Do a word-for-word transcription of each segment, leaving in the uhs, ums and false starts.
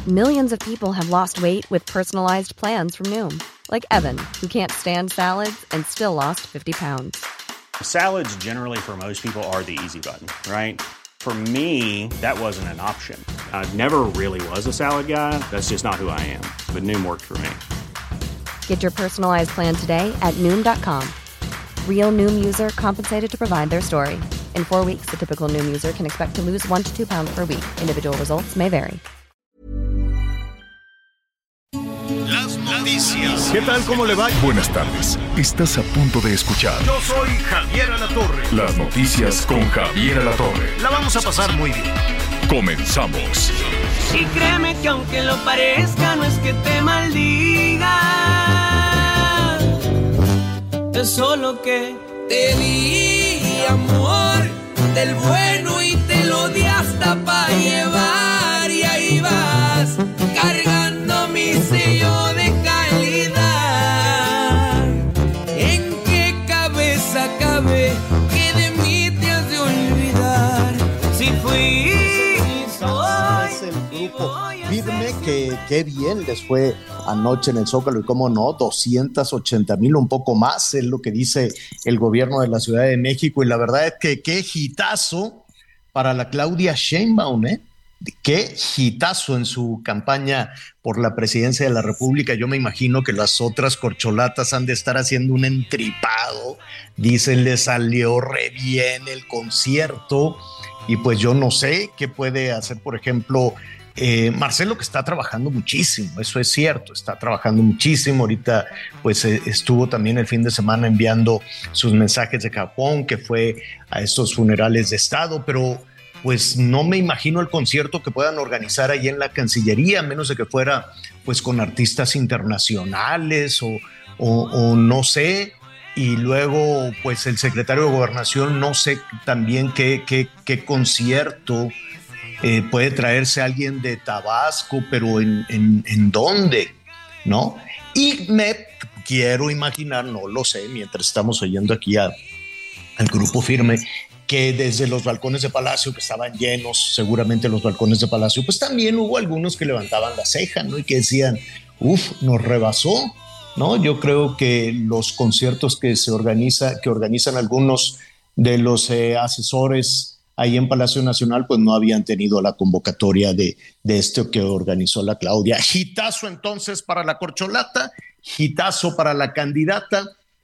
Millions of people have lost weight with personalized plans from Noom. Like Evan, who can't stand salads and still lost fifty pounds. Salads generally for most people are the easy button, right? For me, that wasn't an option. I never really was a salad guy. That's just not who I am. But Noom worked for me. Get your personalized plan today at Noom dot com. Real Noom user compensated to provide their story. In four weeks, the typical Noom user can expect to lose one to two pounds per week. Individual results may vary. Las noticias. ¿Qué tal? ¿Cómo le va? Buenas tardes. Estás a punto de escuchar. Yo soy Javier Alatorre. Las noticias con Javier Alatorre. La vamos a pasar muy bien. Comenzamos. Y créeme que aunque lo parezca, no es que te maldiga. Es solo que te di amor del bueno y te lo di hasta pa' llevar. Y ahí vas, cargando mi sello de calidad. ¿En qué cabeza cabe que de mí te has de olvidar? Si fui, soy, es el grupo Firme, que qué bien les fue anoche en el Zócalo y cómo no, doscientos ochenta mil, un poco más, es lo que dice el gobierno de la Ciudad de México, y la verdad es que qué hitazo para la Claudia Sheinbaum, ¿eh? Qué hitazo en su campaña por la presidencia de la República. Yo me imagino que las otras corcholatas han de estar haciendo un entripado. Dicen, le salió re bien el concierto, y pues yo no sé qué puede hacer, por ejemplo, eh, Marcelo, que está trabajando muchísimo, eso es cierto, está trabajando muchísimo. Ahorita pues eh, estuvo también el fin de semana enviando sus mensajes de Japón, que fue a estos funerales de Estado, pero pues no me imagino el concierto que puedan organizar ahí en la Cancillería, a menos de que fuera pues con artistas internacionales o, o, o no sé. Y luego pues el secretario de Gobernación, no sé también qué, qué, qué concierto eh, puede traerse alguien de Tabasco, pero en, en, en dónde, ¿no? Y me quiero imaginar, no lo sé, mientras estamos oyendo aquí a, al grupo Firme, que desde los balcones de Palacio, que estaban llenos, seguramente los balcones de Palacio, pues también hubo algunos que levantaban la ceja, ¿no? Y que decían, uff, nos rebasó, ¿no? Yo creo que los conciertos que se organiza, que organizan algunos de los eh, asesores ahí en Palacio Nacional, pues no habían tenido la convocatoria de, de este que organizó la Claudia. Hitazo entonces para la corcholata, hitazo para la candidata,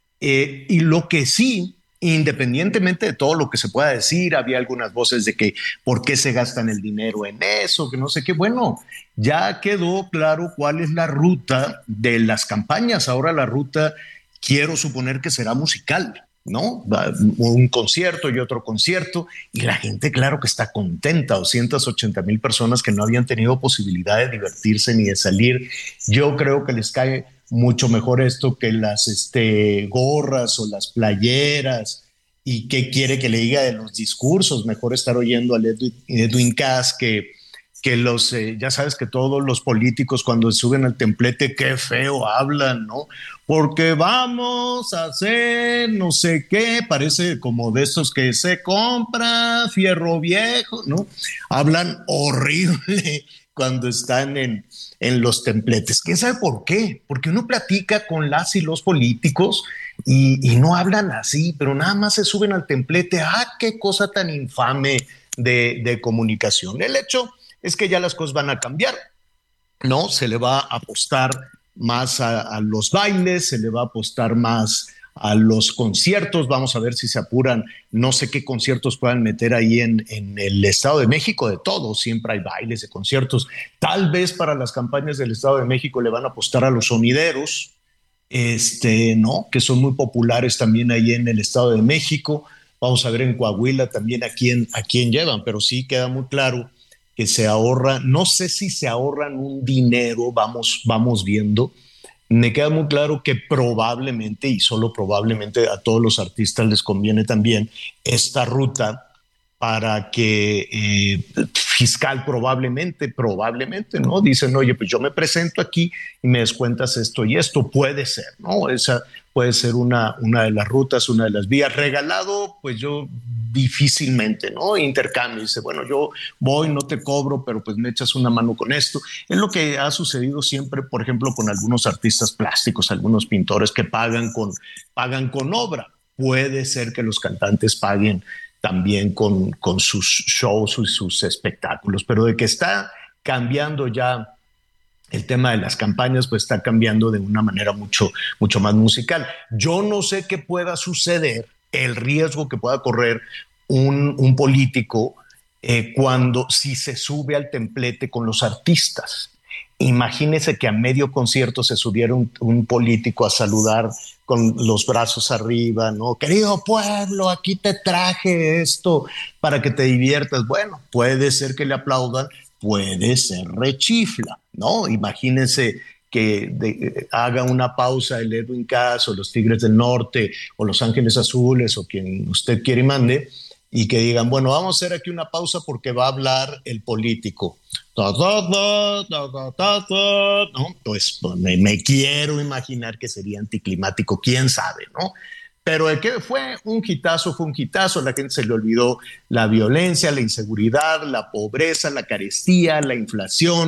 eh, y lo que sí, independientemente de todo lo que se pueda decir, había algunas voces de que por qué se gastan el dinero en eso, que no sé qué. Bueno, ya quedó claro cuál es la ruta de las campañas. Ahora la ruta, quiero suponer que será musical, ¿no? Un concierto y otro concierto, y la gente, claro que está contenta. Doscientas ochenta mil personas que no habían tenido posibilidad de divertirse ni de salir. Yo creo que les cae mucho mejor esto que las este, gorras o las playeras. ¿Y qué quiere que le diga de los discursos? Mejor estar oyendo a Edwin, Edwin Cass que, que los, eh, ya sabes que todos los políticos cuando suben al templete, qué feo hablan, ¿no? Porque vamos a hacer no sé qué, parece como de estos que se compra fierro viejo, ¿no? Hablan horrible cuando están en, en los templetes. ¿Quién sabe por qué? Porque uno platica con las y los políticos y, y no hablan así, pero nada más se suben al templete. ¡Ah, qué cosa tan infame de, de comunicación! El hecho es que ya las cosas van a cambiar, ¿no? Se le va a apostar más a, a los bailes, se le va a apostar más a los conciertos. Vamos a ver si se apuran, no sé qué conciertos puedan meter ahí en, en el Estado de México. De todo, siempre hay bailes de conciertos. Tal vez para las campañas del Estado de México le van a apostar a los sonideros, este, ¿no? Que son muy populares también ahí en el Estado de México. Vamos a ver en Coahuila también a quién, a quién llevan, pero sí queda muy claro que se ahorra, no sé si se ahorran un dinero, vamos, vamos viendo. Me queda muy claro que probablemente, y solo probablemente, a todos los artistas les conviene también esta ruta para que eh, fiscal probablemente, probablemente, ¿no? Dicen, oye, pues yo me presento aquí y me descuentas esto y esto, puede ser, ¿no? Esa puede ser una, una de las rutas, una de las vías. Regalado, pues yo difícilmente, ¿no? Intercambio, dice, bueno, yo voy, no te cobro, pero pues me echas una mano con esto. Es lo que ha sucedido siempre, por ejemplo, con algunos artistas plásticos, algunos pintores que pagan con, pagan con obra. Puede ser que los cantantes paguen también con, con sus shows y sus espectáculos, pero de que está cambiando ya el tema de las campañas, pues está cambiando de una manera mucho, mucho más musical. Yo no sé qué pueda suceder, el riesgo que pueda correr un, un político eh, cuando, si se sube al templete con los artistas. Imagínese que a medio concierto se subiera un, un político a saludar con los brazos arriba, ¿no? Querido pueblo, aquí te traje esto para que te diviertas. Bueno, puede ser que le aplaudan, puede ser rechifla, ¿no? Imagínense que de, haga una pausa el Edwin Cass o los Tigres del Norte o los Ángeles Azules o quien usted quiere y mande, y que digan, bueno, vamos a hacer aquí una pausa porque va a hablar el político. ¿No? Pues me, me quiero imaginar que sería anticlimático, quién sabe, ¿no? Pero el que fue un hitazo, fue un hitazo, la gente se le olvidó la violencia, la inseguridad, la pobreza, la carestía, la inflación,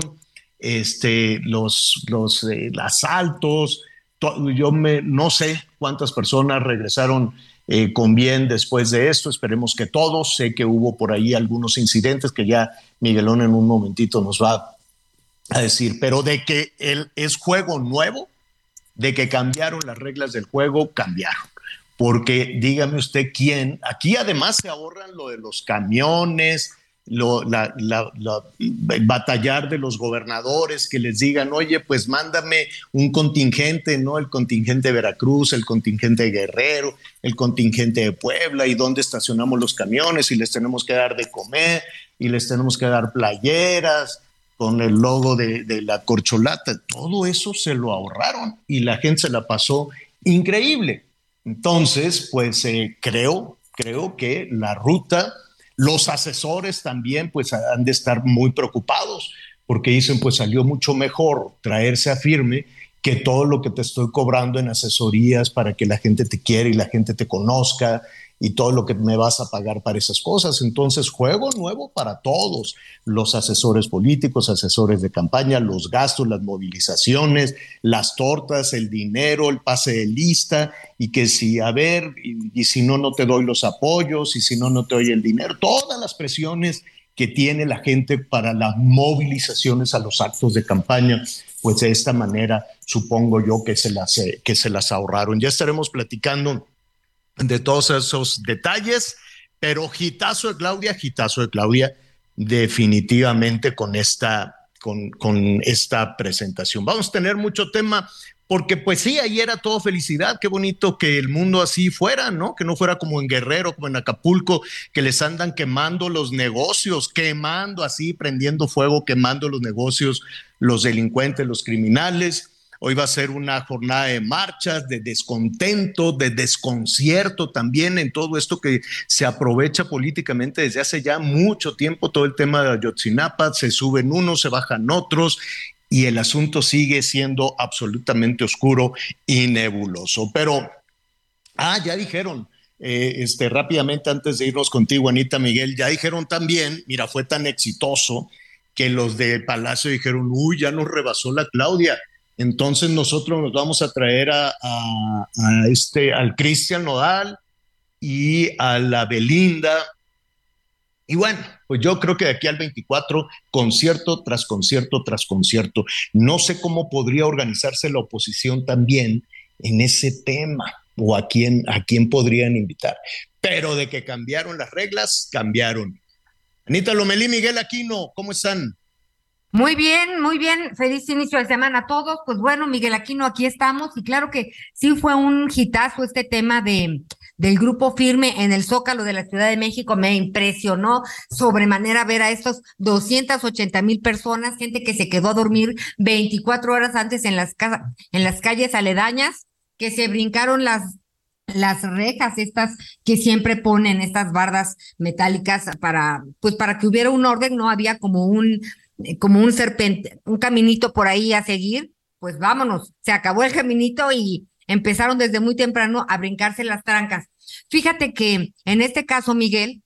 este, los, los eh, asaltos. Yo me, no sé cuántas personas regresaron Eh, con bien después de esto, esperemos que todos. Sé que hubo por ahí algunos incidentes que ya Miguelón en un momentito nos va a decir, pero de que él es juego nuevo, de que cambiaron las reglas del juego, cambiaron. Porque dígame usted quién, aquí además se ahorran lo de los camiones, lo, la, la, la, el batallar de los gobernadores que les digan, oye, pues mándame un contingente, ¿no? El contingente de Veracruz, el contingente de Guerrero, el contingente de Puebla, y dónde estacionamos los camiones, y les tenemos que dar de comer, y les tenemos que dar playeras con el logo de, de la corcholata. Todo eso se lo ahorraron y la gente se la pasó increíble. Entonces, pues eh, creo, creo que la ruta, los asesores también pues han de estar muy preocupados porque dicen, pues salió mucho mejor traerse a firme que todo lo que te estoy cobrando en asesorías para que la gente te quiera y la gente te conozca y todo lo que me vas a pagar para esas cosas. Entonces, juego nuevo para todos, los asesores políticos, asesores de campaña, los gastos, las movilizaciones, las tortas, el dinero, el pase de lista, y que si, a ver, y, y si no, no te doy los apoyos, y si no, no te doy el dinero, todas las presiones que tiene la gente para las movilizaciones a los actos de campaña, pues de esta manera supongo yo que se las, que se las ahorraron. Ya estaremos platicando de todos esos detalles, pero hitazo de Claudia, hitazo de Claudia, definitivamente con esta, con, con esta presentación. Vamos a tener mucho tema, porque pues sí, ahí era todo felicidad, qué bonito que el mundo así fuera, ¿no? Que no fuera como en Guerrero, como en Acapulco, que les andan quemando los negocios, quemando así, prendiendo fuego, quemando los negocios, los delincuentes, los criminales. Hoy va a ser una jornada de marchas, de descontento, de desconcierto también en todo esto que se aprovecha políticamente desde hace ya mucho tiempo, todo el tema de Ayotzinapa, se suben unos, se bajan otros, y el asunto sigue siendo absolutamente oscuro y nebuloso. Pero, ah, ya dijeron, eh, este, rápidamente antes de irnos contigo, Anita, Miguel, ya dijeron también, mira, fue tan exitoso que los de Palacio dijeron, uy, ya nos rebasó la Claudia. Entonces nosotros nos vamos a traer a, a, a este, al Cristian Nodal y a la Belinda. Y bueno, pues yo creo que de aquí al veinticuatro, concierto tras concierto tras concierto. No sé cómo podría organizarse la oposición también en ese tema, o a quién, a quién podrían invitar. Pero de que cambiaron las reglas, cambiaron. Anita Lomelí, Miguel Aquino, ¿cómo están? Muy bien, muy bien. Feliz inicio de semana a todos. Pues bueno, Miguel Aquino, aquí estamos. Y claro que sí fue un hitazo este tema de del Grupo Firme en el Zócalo de la Ciudad de México. Me impresionó sobremanera ver a estos doscientas ochenta mil personas, gente que se quedó a dormir veinticuatro horas antes en las, casas, en las calles aledañas, que se brincaron las las rejas estas que siempre ponen, estas bardas metálicas para, pues para que hubiera un orden, no había como un, como un serpente, un caminito por ahí a seguir, pues vámonos, se acabó el caminito y empezaron desde muy temprano a brincarse las trancas. Fíjate que en este caso, Miguel,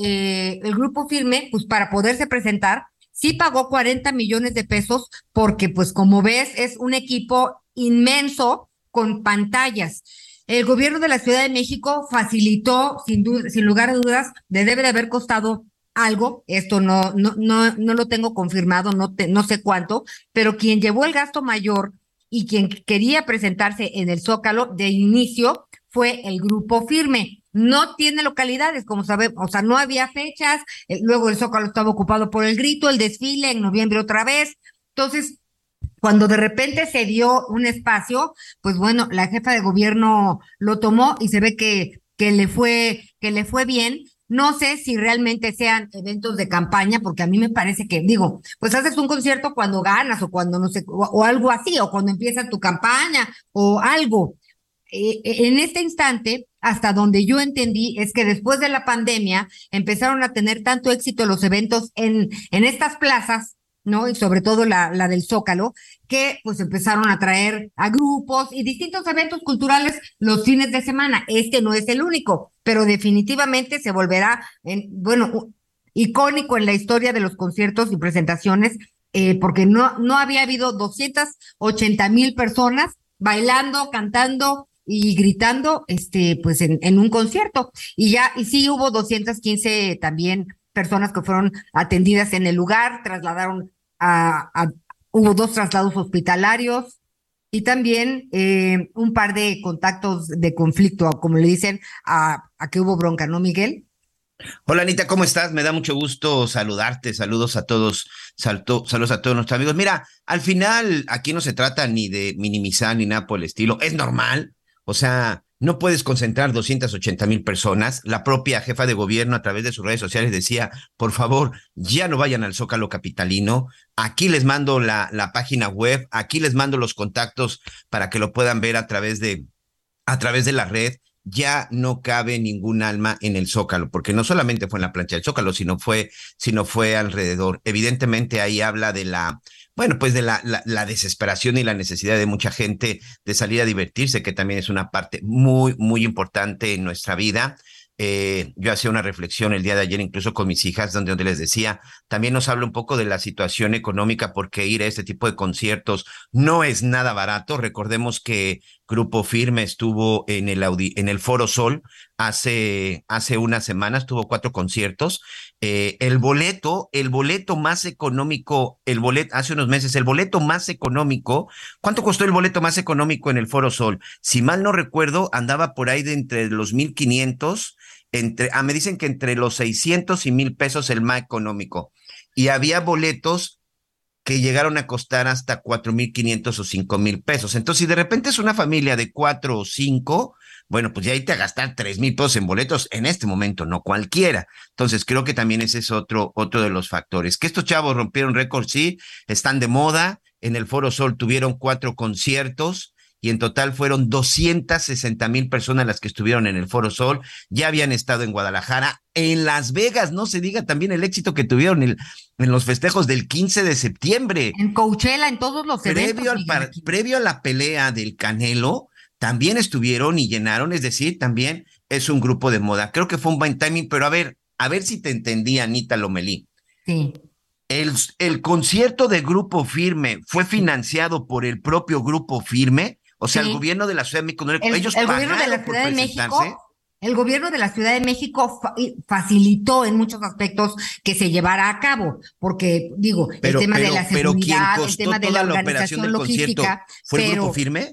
eh, el Grupo Firme, pues para poderse presentar, sí pagó cuarenta millones de pesos porque, pues como ves, es un equipo inmenso con pantallas. El gobierno de la Ciudad de México facilitó, sin duda, sin lugar a dudas, le debe de haber costado algo, esto no, no, no, no lo tengo confirmado, no, te, no sé cuánto, pero quien llevó el gasto mayor y quien quería presentarse en el Zócalo de inicio fue el Grupo Firme. No tiene localidades, como sabemos, o sea, no había fechas, eh, luego el Zócalo estaba ocupado por el grito, el desfile en noviembre otra vez. Entonces, cuando de repente se dio un espacio, pues bueno, la jefa de gobierno lo tomó y se ve que, que le fue, que le fue bien. No sé si realmente sean eventos de campaña, porque a mí me parece que, digo, pues haces un concierto cuando ganas o cuando no sé, o, o algo así, o cuando empieza tu campaña o algo. Eh, en este instante, hasta donde yo entendí, es que después de la pandemia empezaron a tener tanto éxito los eventos en, en estas plazas, ¿no? Y sobre todo la, la del Zócalo, que pues empezaron a traer a grupos y distintos eventos culturales los fines de semana. Este no es el único, pero definitivamente se volverá, en, bueno, icónico en la historia de los conciertos y presentaciones, eh, porque no, no había habido doscientas ochenta mil personas bailando, cantando y gritando, este, pues en, en un concierto. Y ya, y sí hubo doscientas quince también personas que fueron atendidas en el lugar, trasladaron a, a hubo dos traslados hospitalarios y también eh, un par de contactos de conflicto, como le dicen, a, a que hubo bronca, ¿no, Miguel? Hola Anita, ¿cómo estás? Me da mucho gusto saludarte, saludos a todos, salto, saludos a todos nuestros amigos. Mira, al final aquí no se trata ni de minimizar ni nada por el estilo, es normal, o sea, no puedes concentrar doscientas ochenta mil personas. La propia jefa de gobierno a través de sus redes sociales decía, por favor, ya no vayan al Zócalo capitalino, aquí les mando la, la página web, aquí les mando los contactos para que lo puedan ver a través de, a través de la red. Ya no cabe ningún alma en el Zócalo, porque no solamente fue en la plancha del Zócalo, sino fue, sino fue alrededor. Evidentemente ahí habla de la, bueno, pues de la, la, la desesperación y la necesidad de mucha gente de salir a divertirse, que también es una parte muy, muy importante en nuestra vida. Eh, yo hacía una reflexión el día de ayer incluso con mis hijas, donde, donde les decía, también nos habla un poco de la situación económica, porque ir a este tipo de conciertos no es nada barato. Recordemos que Grupo Firme estuvo en el Audi, en el Foro Sol hace, hace unas semanas, tuvo cuatro conciertos. Eh, el boleto, el boleto más económico, el boleto, hace unos meses, el boleto más económico, ¿cuánto costó el boleto más económico en el Foro Sol? Si mal no recuerdo, andaba por ahí de entre los mil quinientos, entre, ah, me dicen que entre los seiscientos y mil pesos el más económico. Y había boletos que llegaron a costar hasta cuatro mil quinientos o cinco mil pesos. Entonces, si de repente es una familia de cuatro o cinco, bueno, pues ya irte a gastar tres mil pesos en boletos en este momento, no cualquiera. Entonces, creo que también ese es otro, otro de los factores. Que estos chavos rompieron récord, sí, están de moda. En el Foro Sol tuvieron cuatro conciertos y en total fueron doscientas sesenta mil personas las que estuvieron en el Foro Sol. Ya habían estado en Guadalajara, en Las Vegas, no se diga también el éxito que tuvieron el, en los festejos del quince de septiembre. En Coachella, en todos los eventos. Previo, al par, previo a la pelea del Canelo, también estuvieron y llenaron, es decir, también es un grupo de moda. Creo que fue un buen timing, pero a ver, a ver si te entendí, Anita Lomelí. Sí. El, el concierto de Grupo Firme fue financiado por el propio Grupo Firme. O sea, sí. El gobierno de la Ciudad de México, el, ellos el gobierno de la Ciudad de México, el gobierno de la Ciudad de México fa facilitó en muchos aspectos que se llevara a cabo, porque digo, pero, el tema pero, de la seguridad, el tema de la organización la logística, ¿fue pero, el Grupo Firme?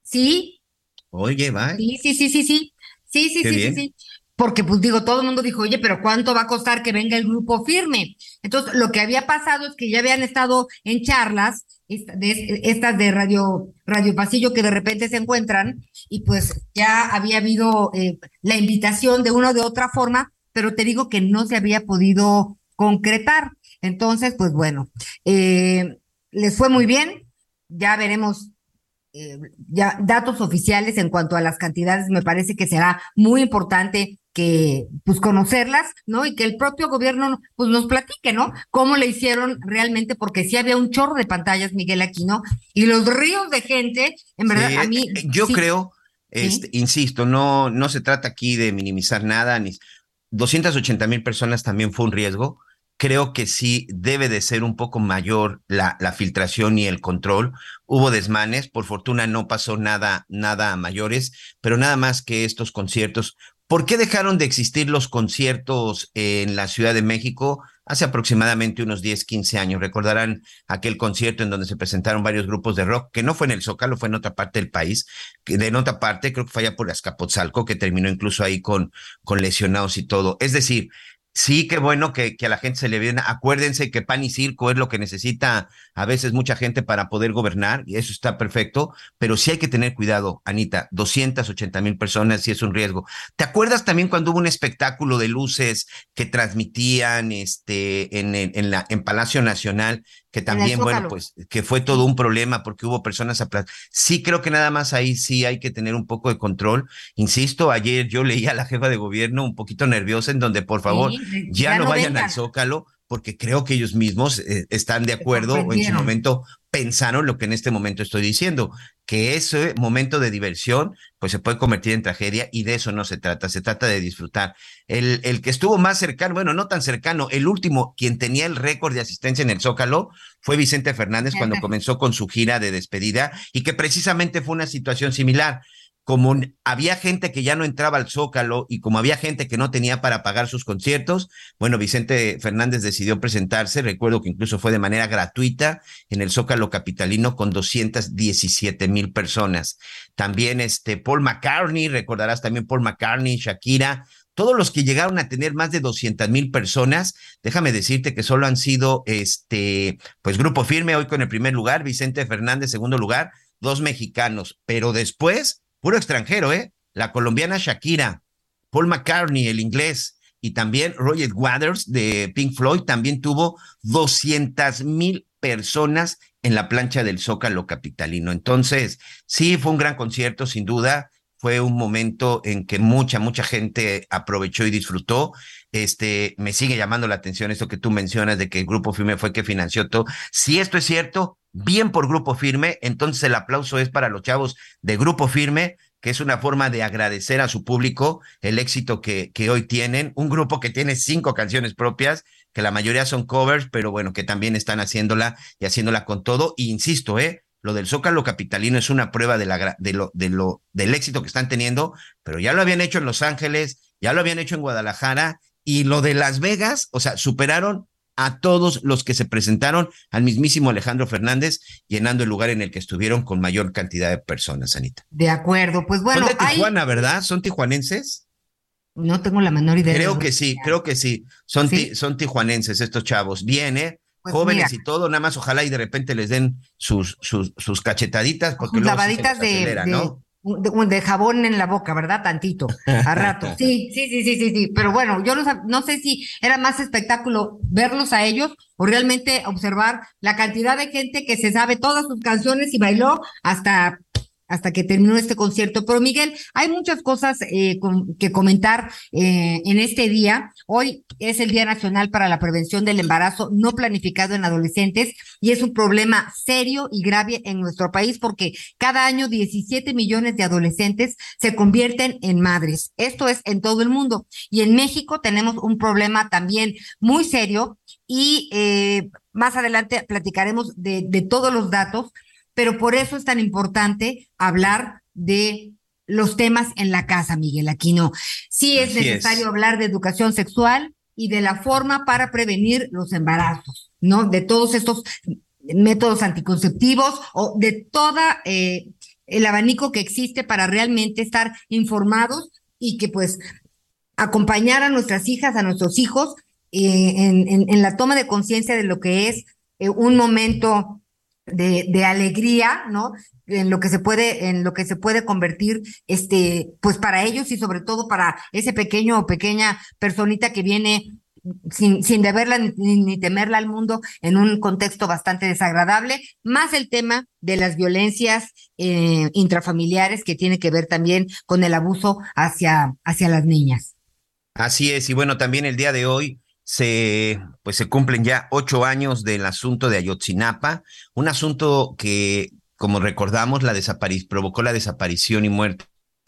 Sí. Oye, va. Sí, sí, sí, sí, sí, sí, sí, sí, sí, sí. Porque, pues digo, todo el mundo dijo, oye, pero ¿cuánto va a costar que venga el Grupo Firme? Entonces, lo que había pasado es que ya habían estado en charlas, de, estas de radio, radio Pasillo, que de repente se encuentran, y pues ya había habido eh, la invitación de una o de otra forma, pero te digo que no se había podido concretar. Entonces, pues bueno, eh, les fue muy bien, ya veremos eh, ya datos oficiales en cuanto a las cantidades. Me parece que será muy importante que pues conocerlas, ¿no? Y que el propio gobierno pues nos platique, ¿no? Cómo le hicieron realmente, porque sí había un chorro de pantallas, Miguel Aquino, y los ríos de gente, en verdad, Sí, a mí eh, yo sí, creo, este, sí, insisto, no, no se trata aquí de minimizar nada, ni doscientas ochenta mil personas también fue un riesgo. Creo que sí debe de ser un poco mayor la, la filtración y el control. Hubo desmanes, por fortuna no pasó nada, nada a mayores, pero nada más que estos conciertos. ¿Por qué dejaron de existir los conciertos en la Ciudad de México hace aproximadamente unos diez, quince años? Recordarán aquel concierto en donde se presentaron varios grupos de rock, que no fue en el Zócalo, fue en otra parte del país, que de en otra parte, creo que fue allá por Azcapotzalco, que terminó incluso ahí con, con lesionados y todo. Es decir, sí, qué bueno que, que a la gente se le viene. Acuérdense que pan y circo es lo que necesita a veces mucha gente para poder gobernar, y eso está perfecto, pero sí hay que tener cuidado, Anita. doscientas ochenta mil personas sí es un riesgo. ¿Te acuerdas también cuando hubo un espectáculo de luces que transmitían este, en, en, en la, en Palacio Nacional? Que en el también, bueno, Zócalo. pues que fue todo Sí, un problema porque hubo personas apla- Sí, creo que nada más ahí sí hay que tener un poco de control. Insisto, ayer yo leí a la jefa de gobierno un poquito nerviosa en donde, por favor, sí, de- ya ya no no vayan al vengan, Zócalo, porque creo que ellos mismos eh, están de se acuerdo o en su sorprendieron. momento pensaron lo que en este momento estoy diciendo, que ese momento de diversión pues se puede convertir en tragedia y de eso no se trata, se trata de disfrutar. El, el que estuvo más cercano, bueno, no tan cercano, el último, quien tenía el récord de asistencia en el Zócalo fue Vicente Fernández cuando comenzó con su gira de despedida y que precisamente fue una situación similar. Como había gente que ya no entraba al Zócalo y como había gente que no tenía para pagar sus conciertos, bueno, Vicente Fernández decidió presentarse, recuerdo que incluso fue de manera gratuita en el Zócalo capitalino con doscientas diecisiete mil personas. También este Paul McCartney, recordarás también Paul McCartney, Shakira, todos los que llegaron a tener más de doscientas mil personas, déjame decirte que solo han sido, este, pues Grupo Firme hoy con el primer lugar, Vicente Fernández segundo lugar, dos mexicanos, pero después puro extranjero, ¿eh? La colombiana Shakira, Paul McCartney, el inglés, y también Roger Waters de Pink Floyd, también tuvo doscientas mil personas en la plancha del Zócalo capitalino. Entonces, sí, fue un gran concierto, sin duda. Fue un momento en que mucha, mucha gente aprovechó y disfrutó. Este, me sigue llamando la atención esto que tú mencionas de que el Grupo Firme fue que financió todo. Si esto es cierto, bien por Grupo Firme, entonces el aplauso es para los chavos de Grupo Firme, que es una forma de agradecer a su público el éxito que, que hoy tienen. Un grupo que tiene cinco canciones propias, que la mayoría son covers, pero bueno, que también están haciéndola y haciéndola con todo. Y insisto, ¿eh? Lo del Zócalo capitalino es una prueba de la, de lo, de lo, del éxito que están teniendo, pero ya lo habían hecho en Los Ángeles, ya lo habían hecho en Guadalajara, y lo de Las Vegas, o sea, superaron a todos los que se presentaron, al mismísimo Alejandro Fernández, llenando el lugar en el que estuvieron con mayor cantidad de personas, Anita. De acuerdo, pues bueno, Son de hay, Tijuana, ¿verdad? ¿Son tijuanenses? no tengo la menor idea de Creo dónde que sí, sea. creo que sí. Son, Sí, ti, son tijuanenses estos chavos. Bien, ¿eh? pues mira, Jóvenes y todo, nada más ojalá y de repente les den sus, sus, sus cachetaditas, porque sus luego sí se lavaditas les de, acelera, de, ¿no? de, de jabón en la boca, ¿verdad? Tantito, a rato. Sí, sí, sí, sí, sí, sí. Pero bueno, yo no, sab- no sé si era más espectáculo verlos a ellos o realmente observar la cantidad de gente que se sabe todas sus canciones y bailó hasta hasta que terminó este concierto. Pero Miguel, hay muchas cosas eh, com- que comentar eh, en este día. Hoy es el Día Nacional para la Prevención del Embarazo No Planificado en Adolescentes y es un problema serio y grave en nuestro país porque cada año diecisiete millones de adolescentes se convierten en madres. Esto es en todo el mundo. Y en México tenemos un problema también muy serio y eh, más adelante platicaremos de, de todos los datos, pero por eso es tan importante hablar de los temas en la casa, Miguel Aquino. Sí es Así necesario es. hablar de educación sexual y de la forma para prevenir los embarazos, ¿no? De todos estos métodos anticonceptivos o de toda eh, el abanico que existe para realmente estar informados y que pues acompañar a nuestras hijas, a nuestros hijos eh, en, en, en la toma de conciencia de lo que es eh, un momento de, de alegría, ¿no? En lo que se puede, en lo que se puede convertir, este, pues para ellos y sobre todo para ese pequeño o pequeña personita que viene sin, sin deberla ni, ni temerla al mundo en un contexto bastante desagradable, más el tema de las violencias eh, intrafamiliares que tiene que ver también con el abuso hacia, hacia las niñas. Así es, y bueno, también el día de hoy se, pues se cumplen ya ocho años del asunto de Ayotzinapa, un asunto que, como recordamos, la desapari- provocó la desaparición y muerte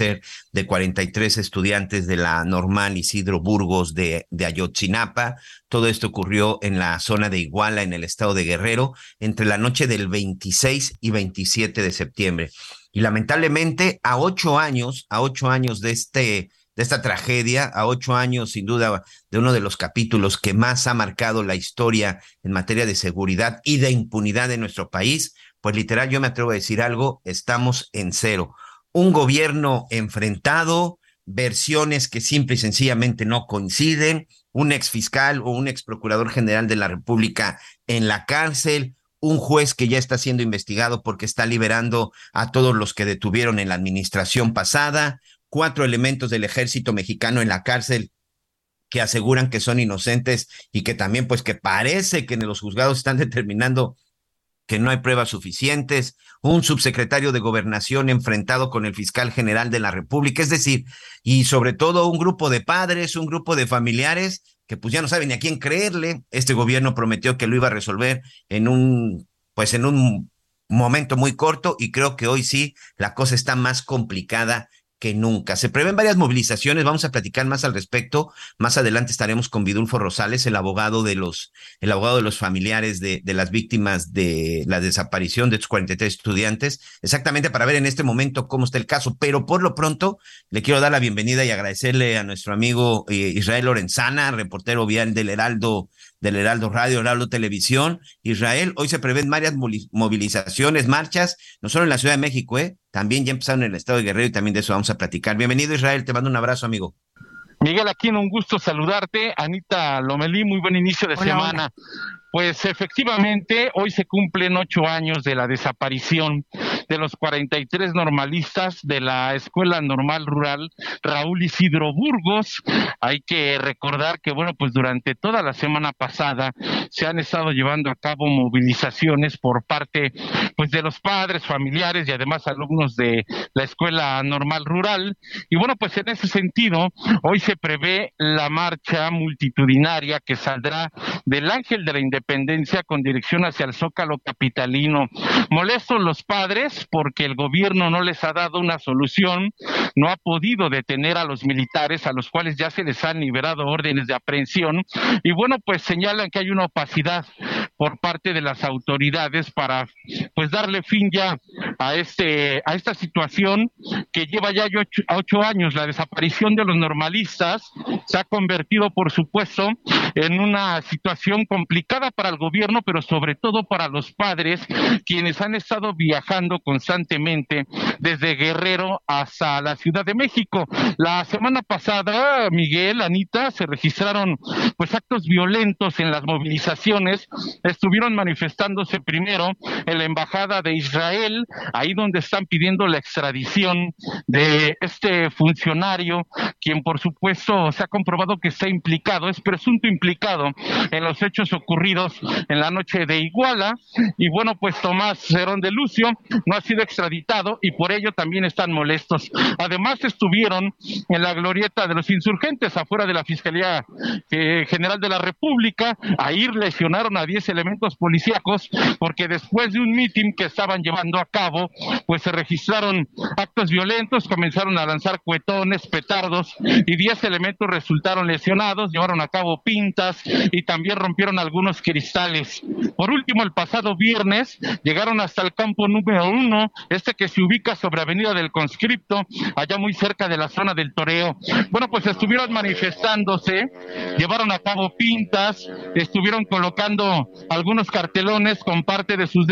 de cuarenta y tres estudiantes de la Normal Isidro Burgos de, de Ayotzinapa. Todo esto ocurrió en la zona de Iguala, en el estado de Guerrero, entre la noche del veintiséis y veintisiete de septiembre. Y lamentablemente, a ocho años, a ocho años de este de esta tragedia, a ocho años sin duda de uno de los capítulos que más ha marcado la historia en materia de seguridad y de impunidad en nuestro país, pues literal yo me atrevo a decir algo, estamos en cero. Un gobierno enfrentado, versiones que simple y sencillamente no coinciden, un exfiscal o un exprocurador general de la República en la cárcel, un juez que ya está siendo investigado porque está liberando a todos los que detuvieron en la administración pasada, cuatro elementos del ejército mexicano en la cárcel que aseguran que son inocentes y que también pues que parece que en los juzgados están determinando que no hay pruebas suficientes, un subsecretario de Gobernación enfrentado con el fiscal general de la República, es decir, y sobre todo un grupo de padres, un grupo de familiares que pues ya no saben ni a quién creerle. Este gobierno prometió que lo iba a resolver en un, pues en un momento muy corto y creo que hoy sí la cosa está más complicada que nunca. Se prevén varias movilizaciones, vamos a platicar más al respecto. Más adelante estaremos con Vidulfo Rosales, el abogado de los, el abogado de los familiares de, de las víctimas de la desaparición de estos cuarenta y tres estudiantes, exactamente para ver en este momento cómo está el caso. Pero por lo pronto, le quiero dar la bienvenida y agradecerle a nuestro amigo eh, Israel Lorenzana, reportero vial del Heraldo, del Heraldo Radio, Heraldo Televisión. Israel, hoy se prevén varias movilizaciones, marchas, no solo en la Ciudad de México, eh, también ya empezaron en el estado de Guerrero y también de eso vamos a platicar. Bienvenido, Israel, te mando un abrazo, amigo. Miguel Aquino, un gusto saludarte. Anita Lomelí, muy buen inicio de hola, semana. Hola. Pues efectivamente, hoy se cumplen ocho años de la desaparición de los cuarenta y tres normalistas de la Escuela Normal Rural Raúl Isidro Burgos. Hay que recordar que, bueno, pues durante toda la semana pasada se han estado llevando a cabo movilizaciones por parte, pues, de los padres, familiares y además alumnos de la Escuela Normal Rural. Y bueno, pues en ese sentido, hoy se prevé la marcha multitudinaria que saldrá del Ángel de la Independencia con dirección hacia el Zócalo capitalino. Molestos los padres porque el gobierno no les ha dado una solución, no ha podido detener a los militares a los cuales ya se les han liberado órdenes de aprehensión y bueno, pues señalan que hay una opacidad por parte de las autoridades para pues darle fin ya a este a esta situación que lleva ya ocho, ocho años. La desaparición de los normalistas se ha convertido, por supuesto, en una situación complicada para el gobierno, pero sobre todo para los padres, quienes han estado viajando constantemente desde Guerrero hasta la Ciudad de México. La semana pasada, Miguel, Anita, se registraron pues actos violentos en las movilizaciones. Estuvieron manifestándose primero en la Embajada de Israel, ahí donde están pidiendo la extradición de este funcionario, quien por supuesto se ha comprobado que está implicado, es presunto implicado en los hechos ocurridos en la noche de Iguala. Y bueno, pues Tomás Cerón de Lucio no ha sido extraditado y por ello también están molestos. Además estuvieron en la glorieta de los insurgentes afuera de la Fiscalía eh, General de la República. Ahí lesionaron a diez elementos policíacos porque después de un mitin que estaban llevando a cabo, pues se registraron actos violentos, comenzaron a lanzar cuetones, petardos y diez elementos resultaron lesionados, llevaron a cabo pintas y también rompieron algunos cristales. Por último, el pasado viernes llegaron hasta el campo número uno, este que se ubica sobre Avenida del Conscripto, allá muy cerca de la zona del toreo. Bueno, pues estuvieron manifestándose, llevaron a cabo pintas, estuvieron colocando algunos cartelones con parte de sus demandas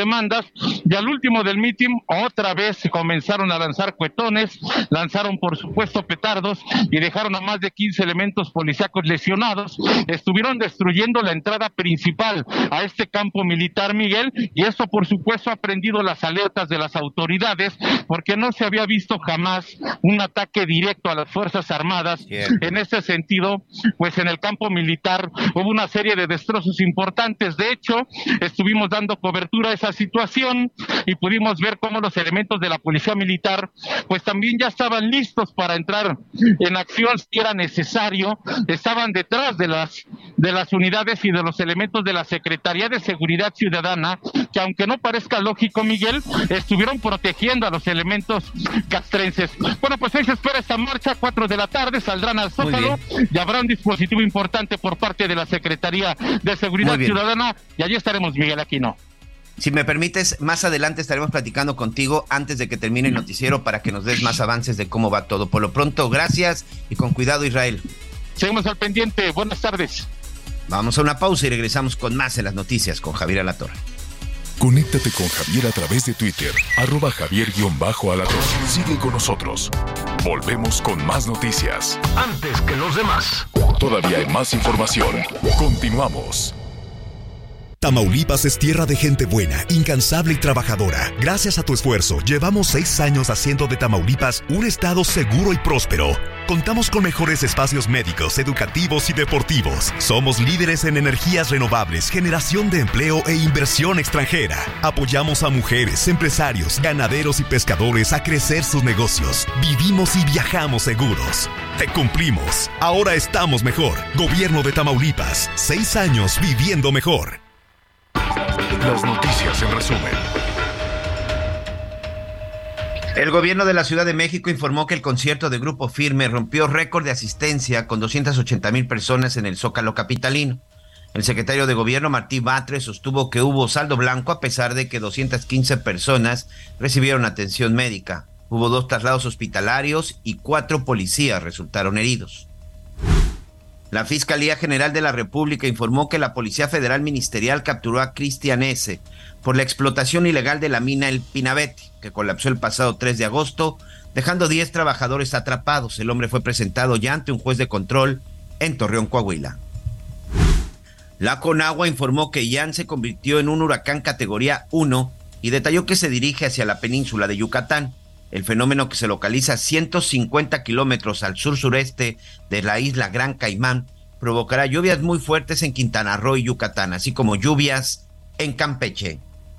y al último del mitin otra vez se comenzaron a lanzar cuetones, lanzaron por supuesto petardos y dejaron a más de quince elementos policíacos lesionados. Estuvieron destruyendo la entrada principal a este campo militar, Miguel, y esto por supuesto ha prendido las alertas de las autoridades, porque no se había visto jamás un ataque directo a las Fuerzas Armadas. Yeah. En ese sentido, pues en el campo militar hubo una serie de destrozos importantes. De hecho, estuvimos dando cobertura a esa situación y pudimos ver cómo los elementos de la policía militar pues también ya estaban listos para entrar en acción si era necesario. Estaban detrás de las de las unidades y de los elementos de la Secretaría de Seguridad Ciudadana, que aunque no parezca lógico, Miguel, estuvieron protegiendo a los elementos castrenses. Bueno, pues hoy se espera esta marcha, cuatro de la tarde, saldrán al Zócalo y habrá un dispositivo importante por parte de la Secretaría de Seguridad Ciudadana y allí estaremos, Miguel Aquino. Si me permites, más adelante estaremos platicando contigo antes de que termine el noticiero para que nos des más avances de cómo va todo. Por lo pronto, gracias y con cuidado, Israel. Seguimos al pendiente. Buenas tardes. Vamos a una pausa y regresamos con más en las noticias con Javier Alatorre. Conéctate con Javier a través de Twitter, arroba Javier-Alatorre. Sigue con nosotros. Volvemos con más noticias. Antes que los demás. Todavía hay más información. Continuamos. Tamaulipas es tierra de gente buena, incansable y trabajadora. Gracias a tu esfuerzo, llevamos seis años haciendo de Tamaulipas un estado seguro y próspero. Contamos con mejores espacios médicos, educativos y deportivos. Somos líderes en energías renovables, generación de empleo e inversión extranjera. Apoyamos a mujeres, empresarios, ganaderos y pescadores a crecer sus negocios. Vivimos y viajamos seguros. Te cumplimos. Ahora estamos mejor. Gobierno de Tamaulipas. Seis años viviendo mejor. Las noticias en resumen. El gobierno de la Ciudad de México informó que el concierto de Grupo Firme rompió récord de asistencia con doscientas ochenta mil personas en el Zócalo capitalino. El secretario de Gobierno, Martí Batres, sostuvo que hubo saldo blanco a pesar de que doscientas quince personas recibieron atención médica. Hubo dos traslados hospitalarios y cuatro policías resultaron heridos. La Fiscalía General de la República informó que la Policía Federal Ministerial capturó a Cristian S. por la explotación ilegal de la mina El Pinabete, que colapsó el pasado tres de agosto, dejando diez trabajadores atrapados. El hombre fue presentado ya ante un juez de control en Torreón, Coahuila. La Conagua informó que Ian se convirtió en un huracán categoría uno y detalló que se dirige hacia la península de Yucatán. El fenómeno, que se localiza a ciento cincuenta kilómetros al sur-sureste de la isla Gran Caimán, provocará lluvias muy fuertes en Quintana Roo y Yucatán, así como lluvias en Campeche.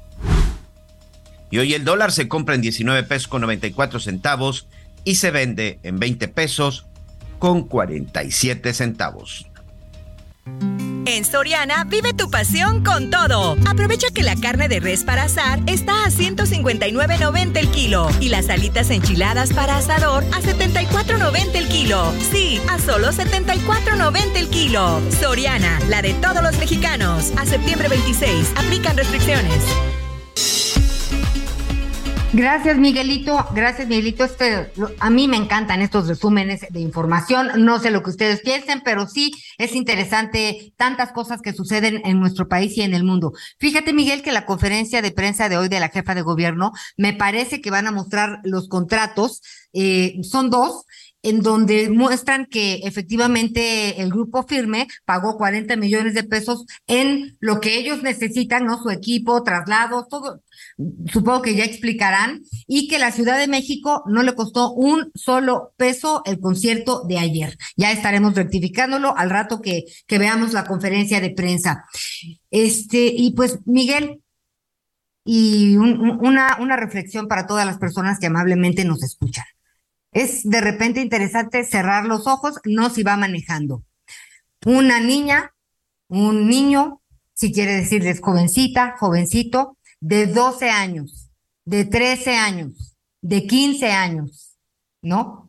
Y hoy el dólar se compra en diecinueve pesos con noventa y cuatro centavos y se vende en veinte pesos con cuarenta y siete centavos. En Soriana, vive tu pasión con todo. Aprovecha que la carne de res para asar está a ciento cincuenta y nueve noventa el kilo y las alitas enchiladas para asador a setenta y cuatro noventa el kilo. Sí, a solo setenta y cuatro noventa el kilo. Soriana, la de todos los mexicanos. A septiembre veintiséis, aplican restricciones. Gracias, Miguelito. Gracias, Miguelito. Este, a mí me encantan estos resúmenes de información. No sé lo que ustedes piensen, pero sí es interesante tantas cosas que suceden en nuestro país y en el mundo. Fíjate, Miguel, que la conferencia de prensa de hoy de la jefa de gobierno, me parece que van a mostrar los contratos. Eh, son dos, en donde muestran que efectivamente el Grupo Firme pagó cuarenta millones de pesos en lo que ellos necesitan, ¿no? Su equipo, traslados, todo, supongo que ya explicarán, y que la Ciudad de México no le costó un solo peso el concierto de ayer. Ya estaremos rectificándolo al rato que, que veamos la conferencia de prensa. Este, y pues, Miguel, y un, una, una reflexión para todas las personas que amablemente nos escuchan. Es de repente interesante cerrar los ojos, no si va manejando. Una niña, un niño, si quiere decirles jovencita, jovencito, de doce años, de trece años, de quince años, ¿no?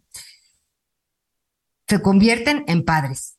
Se convierten en padres.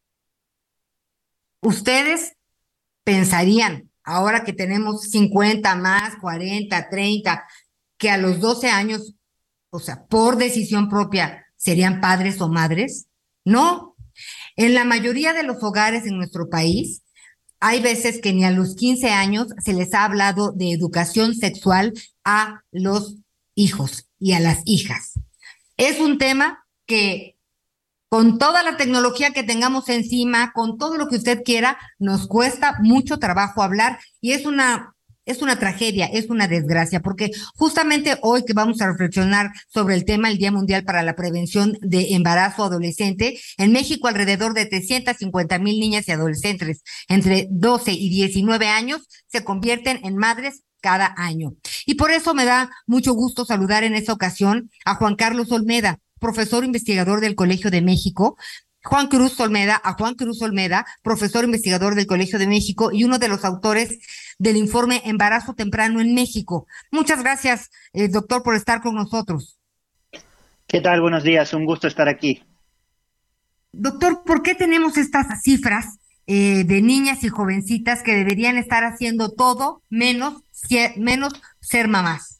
Ustedes pensarían, ahora que tenemos cincuenta más, cuarenta, treinta, que a los doce años, o sea, por decisión propia, ¿serían padres o madres? No. En la mayoría de los hogares en nuestro país, hay veces que ni a los quince años se les ha hablado de educación sexual a los hijos y a las hijas. Es un tema que con toda la tecnología que tengamos encima, con todo lo que usted quiera, nos cuesta mucho trabajo hablar y es una, es una tragedia, es una desgracia, porque justamente hoy que vamos a reflexionar sobre el tema, el Día Mundial para la Prevención de Embarazo Adolescente, en México alrededor de trescientas cincuenta mil niñas y adolescentes entre doce y diecinueve años se convierten en madres cada año. Y por eso me da mucho gusto saludar en esta ocasión a Juan Carlos Olmeda, profesor investigador del Colegio de México, Juan Cruz Olmeda, a Juan Cruz Olmeda, profesor investigador del Colegio de México y uno de los autores del informe Embarazo Temprano en México. Muchas gracias, eh, doctor, por estar con nosotros. ¿Qué tal? Buenos días, un gusto estar aquí. Doctor, ¿por qué tenemos estas cifras eh, de niñas y jovencitas que deberían estar haciendo todo menos, menos ser mamás?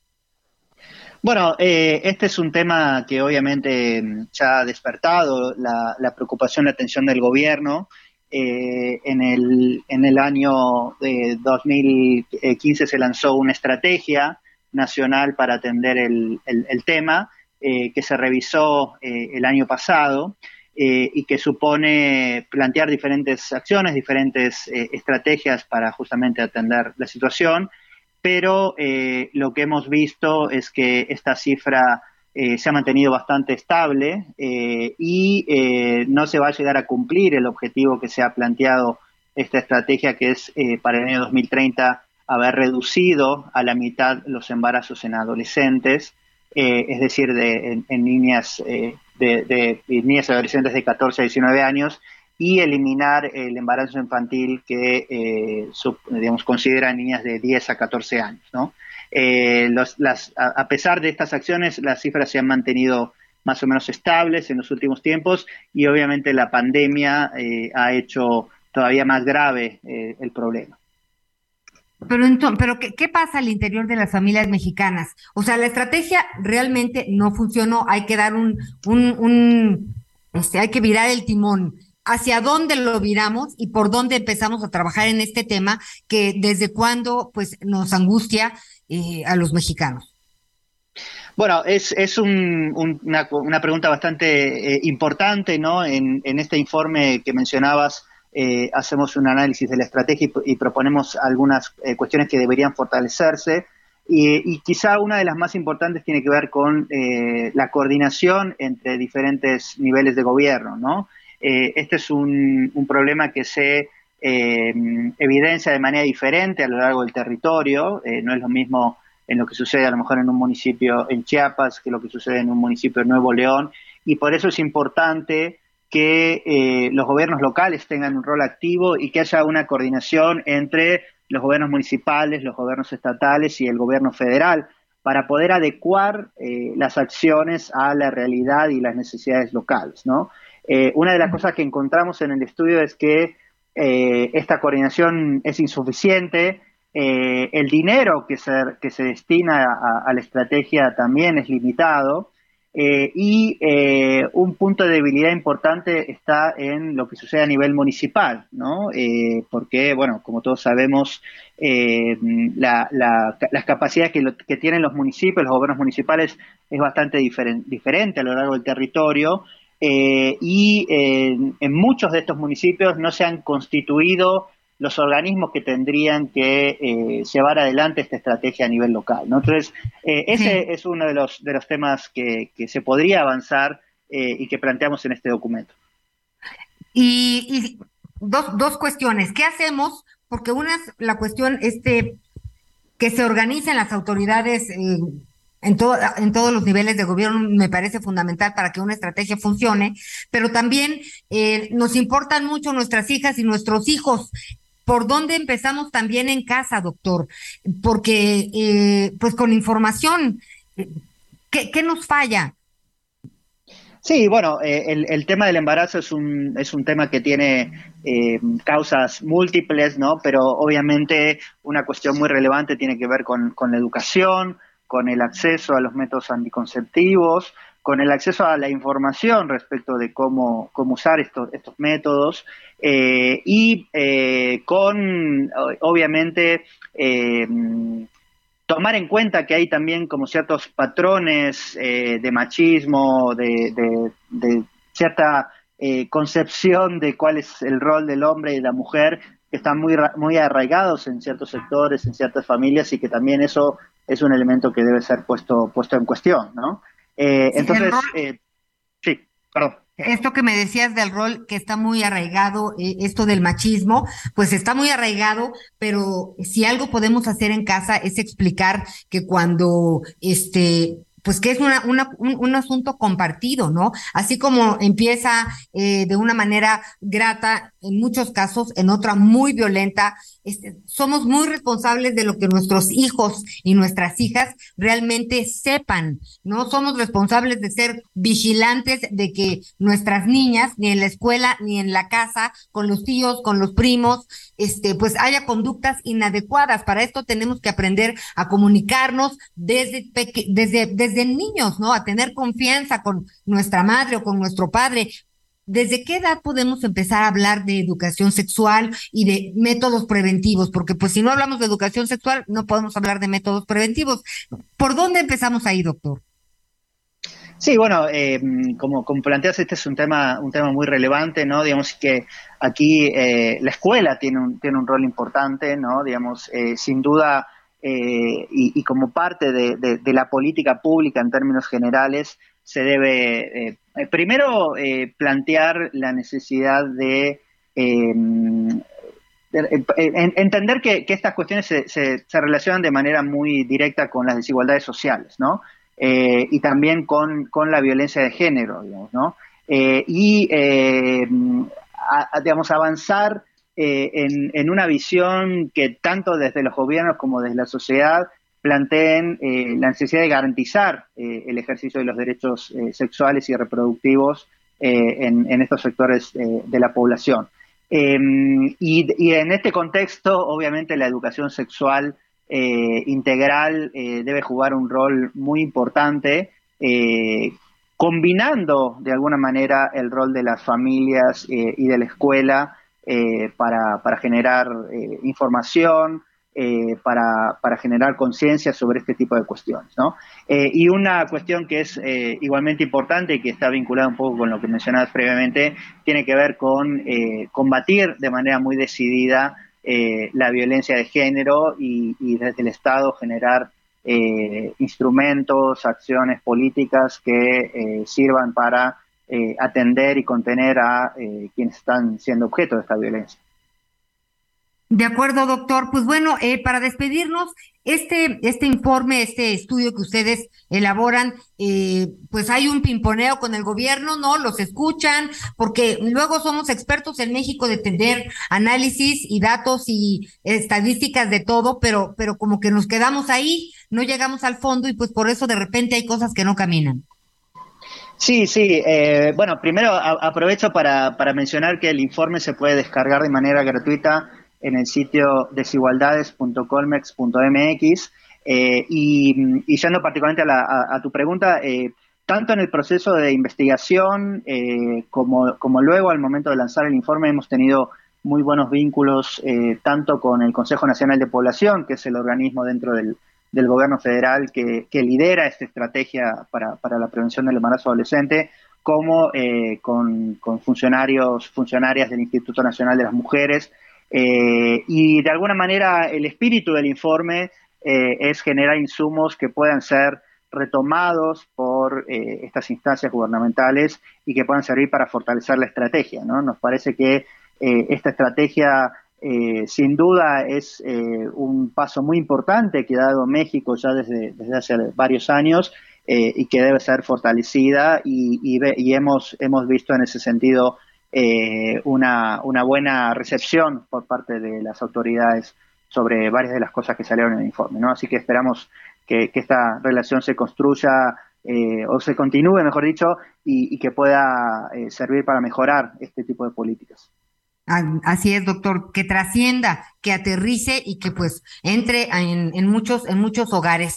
Bueno, eh, este es un tema que obviamente ya ha despertado la, la preocupación, la atención del gobierno. Eh, en el, en el año de dos mil quince se lanzó una estrategia nacional para atender el, el, el tema, eh, que se revisó eh, el año pasado eh, y que supone plantear diferentes acciones, diferentes eh, estrategias para justamente atender la situación. Pero eh, lo que hemos visto es que esta cifra eh, se ha mantenido bastante estable eh, y eh, no se va a llegar a cumplir el objetivo que se ha planteado esta estrategia, que es eh, para el año dos mil treinta haber reducido a la mitad los embarazos en adolescentes, eh, es decir, de, en, en niñas, eh, de, de, de niñas y adolescentes de catorce a diecinueve años, y eliminar el embarazo infantil que, eh, sub, digamos, considera niñas de diez a catorce años, ¿no? Eh, los, las, a, a pesar de estas acciones, las cifras se han mantenido más o menos estables en los últimos tiempos y obviamente la pandemia eh, ha hecho todavía más grave eh, el problema. Pero, entonces, pero ¿qué, ¿qué pasa al interior de las familias mexicanas? O sea, la estrategia realmente no funcionó, hay que dar un, un, un este, hay que virar el timón. ¿Hacia dónde lo viramos y por dónde empezamos a trabajar en este tema que desde cuándo pues nos angustia eh, a los mexicanos? Bueno, es, es un, un, una, una pregunta bastante eh, importante, ¿no? En, en este informe que mencionabas, eh, hacemos un análisis de la estrategia y, y proponemos algunas eh, cuestiones que deberían fortalecerse. Y, y quizá una de las más importantes tiene que ver con eh, la coordinación entre diferentes niveles de gobierno, ¿no? Eh, este es un, un problema que se eh, evidencia de manera diferente a lo largo del territorio. Eh, no es lo mismo en lo que sucede a lo mejor en un municipio en Chiapas que lo que sucede en un municipio en Nuevo León, y por eso es importante que eh, los gobiernos locales tengan un rol activo y que haya una coordinación entre los gobiernos municipales, los gobiernos estatales y el gobierno federal para poder adecuar eh, las acciones a la realidad y las necesidades locales, ¿no? Eh, una de las cosas que encontramos en el estudio es que eh, esta coordinación es insuficiente, eh, el dinero que se, que se destina a, a la estrategia también es limitado, eh, y eh, un punto de debilidad importante está en lo que sucede a nivel municipal, ¿no? Eh, porque, bueno, como todos sabemos, eh, la, la, las capacidades que, lo, que tienen los municipios, los gobiernos municipales, es bastante diferen, diferente a lo largo del territorio. Eh, y eh, en muchos de estos municipios no se han constituido los organismos que tendrían que eh, llevar adelante esta estrategia a nivel local, ¿no? Entonces, eh, ese sí. es uno de los, de los temas que, que se podría avanzar eh, y que planteamos en este documento. Y, y dos, dos cuestiones. ¿Qué hacemos? Porque una es la cuestión este, que se organicen las autoridades eh, En, todo, en todos los niveles de gobierno me parece fundamental para que una estrategia funcione, pero también eh, nos importan mucho nuestras hijas y nuestros hijos. ¿Por dónde empezamos también en casa, doctor? Porque, eh, pues con información, ¿qué, qué nos falla? Sí, bueno, eh, el, el tema del embarazo es un, es un tema que tiene eh, causas múltiples, ¿no? Pero obviamente una cuestión muy relevante tiene que ver con, con la educación, con el acceso a los métodos anticonceptivos, con el acceso a la información respecto de cómo, cómo usar estos, estos métodos eh, y eh, con, obviamente, eh, tomar en cuenta que hay también como ciertos patrones eh, de machismo, de, de, de cierta eh, concepción de cuál es el rol del hombre y de la mujer, que están muy, muy arraigados en ciertos sectores, en ciertas familias, y que también eso es un elemento que debe ser puesto, puesto en cuestión, ¿no? Eh, Sí, entonces, el rol- eh, sí, perdón. Esto que me decías del rol que está muy arraigado, eh, esto del machismo, pues está muy arraigado, pero si algo podemos hacer en casa es explicar que cuando este pues que es una, una, un, un asunto compartido, ¿no? Así como empieza eh, de una manera grata en muchos casos, en otra muy violenta, este, somos muy responsables de lo que nuestros hijos y nuestras hijas realmente sepan, ¿no? Somos responsables de ser vigilantes de que nuestras niñas, ni en la escuela, ni en la casa, con los tíos, con los primos, este, pues haya conductas inadecuadas. Para esto tenemos que aprender a comunicarnos desde, peque- desde, desde niños, ¿no? A tener confianza con nuestra madre o con nuestro padre. ¿Desde qué edad podemos empezar a hablar de educación sexual y de métodos preventivos? Porque pues si no hablamos de educación sexual, no podemos hablar de métodos preventivos. ¿Por dónde empezamos ahí, doctor? Sí, bueno, eh, como, como planteas, este es un tema, un tema muy relevante, ¿no? Digamos que aquí eh, la escuela tiene un, tiene un rol importante, ¿no? Digamos, eh, sin duda, eh, y, y como parte de, de, de la política pública en términos generales, se debe, eh, primero, eh, plantear la necesidad de, eh, de en, entender que, que estas cuestiones se, se, se relacionan de manera muy directa con las desigualdades sociales, ¿no? Eh, y también con, con la violencia de género, digamos, ¿no? Eh, y, eh, a, a, digamos, avanzar eh, en, en una visión que tanto desde los gobiernos como desde la sociedad planteen eh, la necesidad de garantizar eh, el ejercicio de los derechos eh, sexuales y reproductivos eh, en, en estos sectores eh, de la población. Eh, y, y en este contexto, obviamente, la educación sexual Eh, integral eh, debe jugar un rol muy importante, eh, combinando de alguna manera el rol de las familias eh, y de la escuela eh, para, para generar eh, información, eh, para, para generar conciencia sobre este tipo de cuestiones, ¿no? Eh, y una cuestión que es eh, igualmente importante y que está vinculada un poco con lo que mencionabas previamente, tiene que ver con eh, combatir de manera muy decidida Eh, la violencia de género y, y desde el Estado generar eh, instrumentos, acciones políticas que eh, sirvan para eh, atender y contener a eh, quienes están siendo objeto de esta violencia. De acuerdo, doctor. Pues bueno, eh, para despedirnos, este, este informe, este estudio que ustedes elaboran, eh, pues hay un pimponeo con el gobierno, ¿no? Los escuchan, porque luego somos expertos en México de tener análisis y datos y estadísticas de todo, pero, pero como que nos quedamos ahí, no llegamos al fondo y pues por eso de repente hay cosas que no caminan. Sí, sí. Eh, bueno, primero a, aprovecho para, para mencionar que el informe se puede descargar de manera gratuita en el sitio desigualdades punto colmex punto m x eh, y, y yendo particularmente a, la, a, a tu pregunta, eh, tanto en el proceso de investigación eh, como, como luego al momento de lanzar el informe hemos tenido muy buenos vínculos eh, tanto con el Consejo Nacional de Población, que es el organismo dentro del, del gobierno federal que, que lidera esta estrategia para, para la prevención del embarazo adolescente, como eh, con, con funcionarios, funcionarias del Instituto Nacional de las Mujeres. Eh, y de alguna manera el espíritu del informe eh, es generar insumos que puedan ser retomados por eh, estas instancias gubernamentales y que puedan servir para fortalecer la estrategia, ¿no? Nos parece que eh, esta estrategia eh, sin duda es eh, un paso muy importante que ha dado México ya desde, desde hace varios años eh, y que debe ser fortalecida y, y, ve, y hemos, hemos visto en ese sentido Eh, una, una buena recepción por parte de las autoridades sobre varias de las cosas que salieron en el informe, ¿no? Así que esperamos que, que esta relación se construya eh, o se continúe, mejor dicho, y, y que pueda eh, servir para mejorar este tipo de políticas. Así es, doctor, que trascienda, que aterrice y que pues entre en, en muchos, en muchos hogares.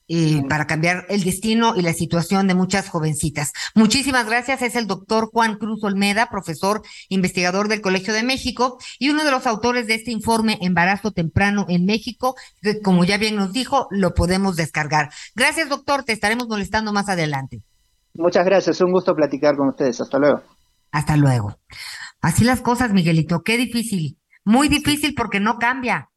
eh, para cambiar el destino y la situación de muchas jovencitas. Muchísimas gracias. Es el doctor Juan Cruz Olmeda, profesor investigador del Colegio de México y uno de los autores de este informe Embarazo Temprano en México, que, como ya bien nos dijo, lo podemos descargar. Gracias, doctor. Te estaremos molestando más adelante. Muchas gracias. Un gusto platicar con ustedes. Hasta luego. Hasta luego. Así las cosas, Miguelito. Qué difícil. Muy difícil porque no cambia.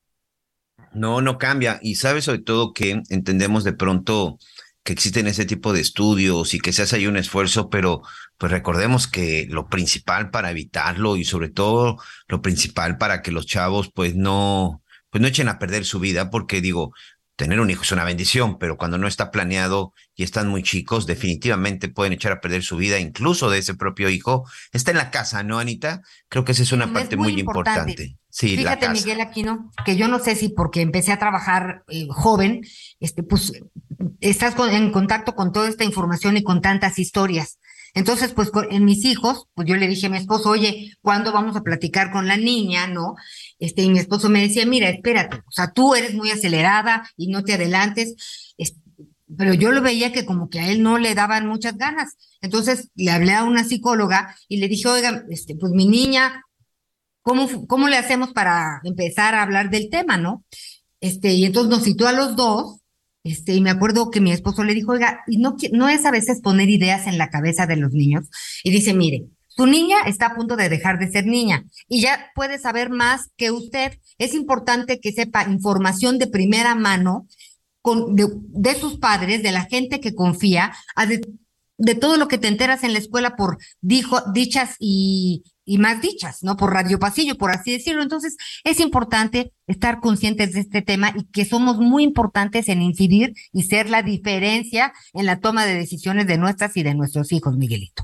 No, no cambia. Y sabes sobre todo que entendemos de pronto que existen ese tipo de estudios y que se hace ahí un esfuerzo, pero pues recordemos que lo principal para evitarlo y sobre todo lo principal para que los chavos pues no, pues no echen a perder su vida, porque digo, tener un hijo es una bendición, pero cuando no está planeado y están muy chicos, definitivamente pueden echar a perder su vida, incluso de ese propio hijo. Está en la casa, ¿no, Anita? Creo que esa es una Es parte muy muy importante. importante. Sí, la Fíjate, casa. Miguel Aquino, que yo no sé si porque empecé a trabajar eh, joven, este, pues estás con- en contacto con toda esta información y con tantas historias. Entonces, pues con- en mis hijos, pues yo le dije a mi esposo, oye, ¿cuándo vamos a platicar con la niña, no? Este, y mi esposo me decía, mira, espérate, o sea, tú eres muy acelerada y no te adelantes. Es- pero yo lo veía que como que a él no le daban muchas ganas. Entonces le hablé a una psicóloga y le dije, oiga, este, pues mi niña, ¿cómo, fu- cómo le hacemos para empezar a hablar del tema, no? Este, y entonces nos citó a los dos, este, y me acuerdo que mi esposo le dijo, oiga, y no, qui- no es a veces poner ideas en la cabeza de los niños, y dice, mire, su niña está a punto de dejar de ser niña, y ya puede saber más que usted. Es importante que sepa información de primera mano con, de, de sus padres, de la gente que confía, a de, de todo lo que te enteras en la escuela por dijo, dichas y, y más dichas, ¿no? Por radio pasillo, por así decirlo. Entonces, es importante estar conscientes de este tema y que somos muy importantes en incidir y ser la diferencia en la toma de decisiones de nuestras y de nuestros hijos, Miguelito.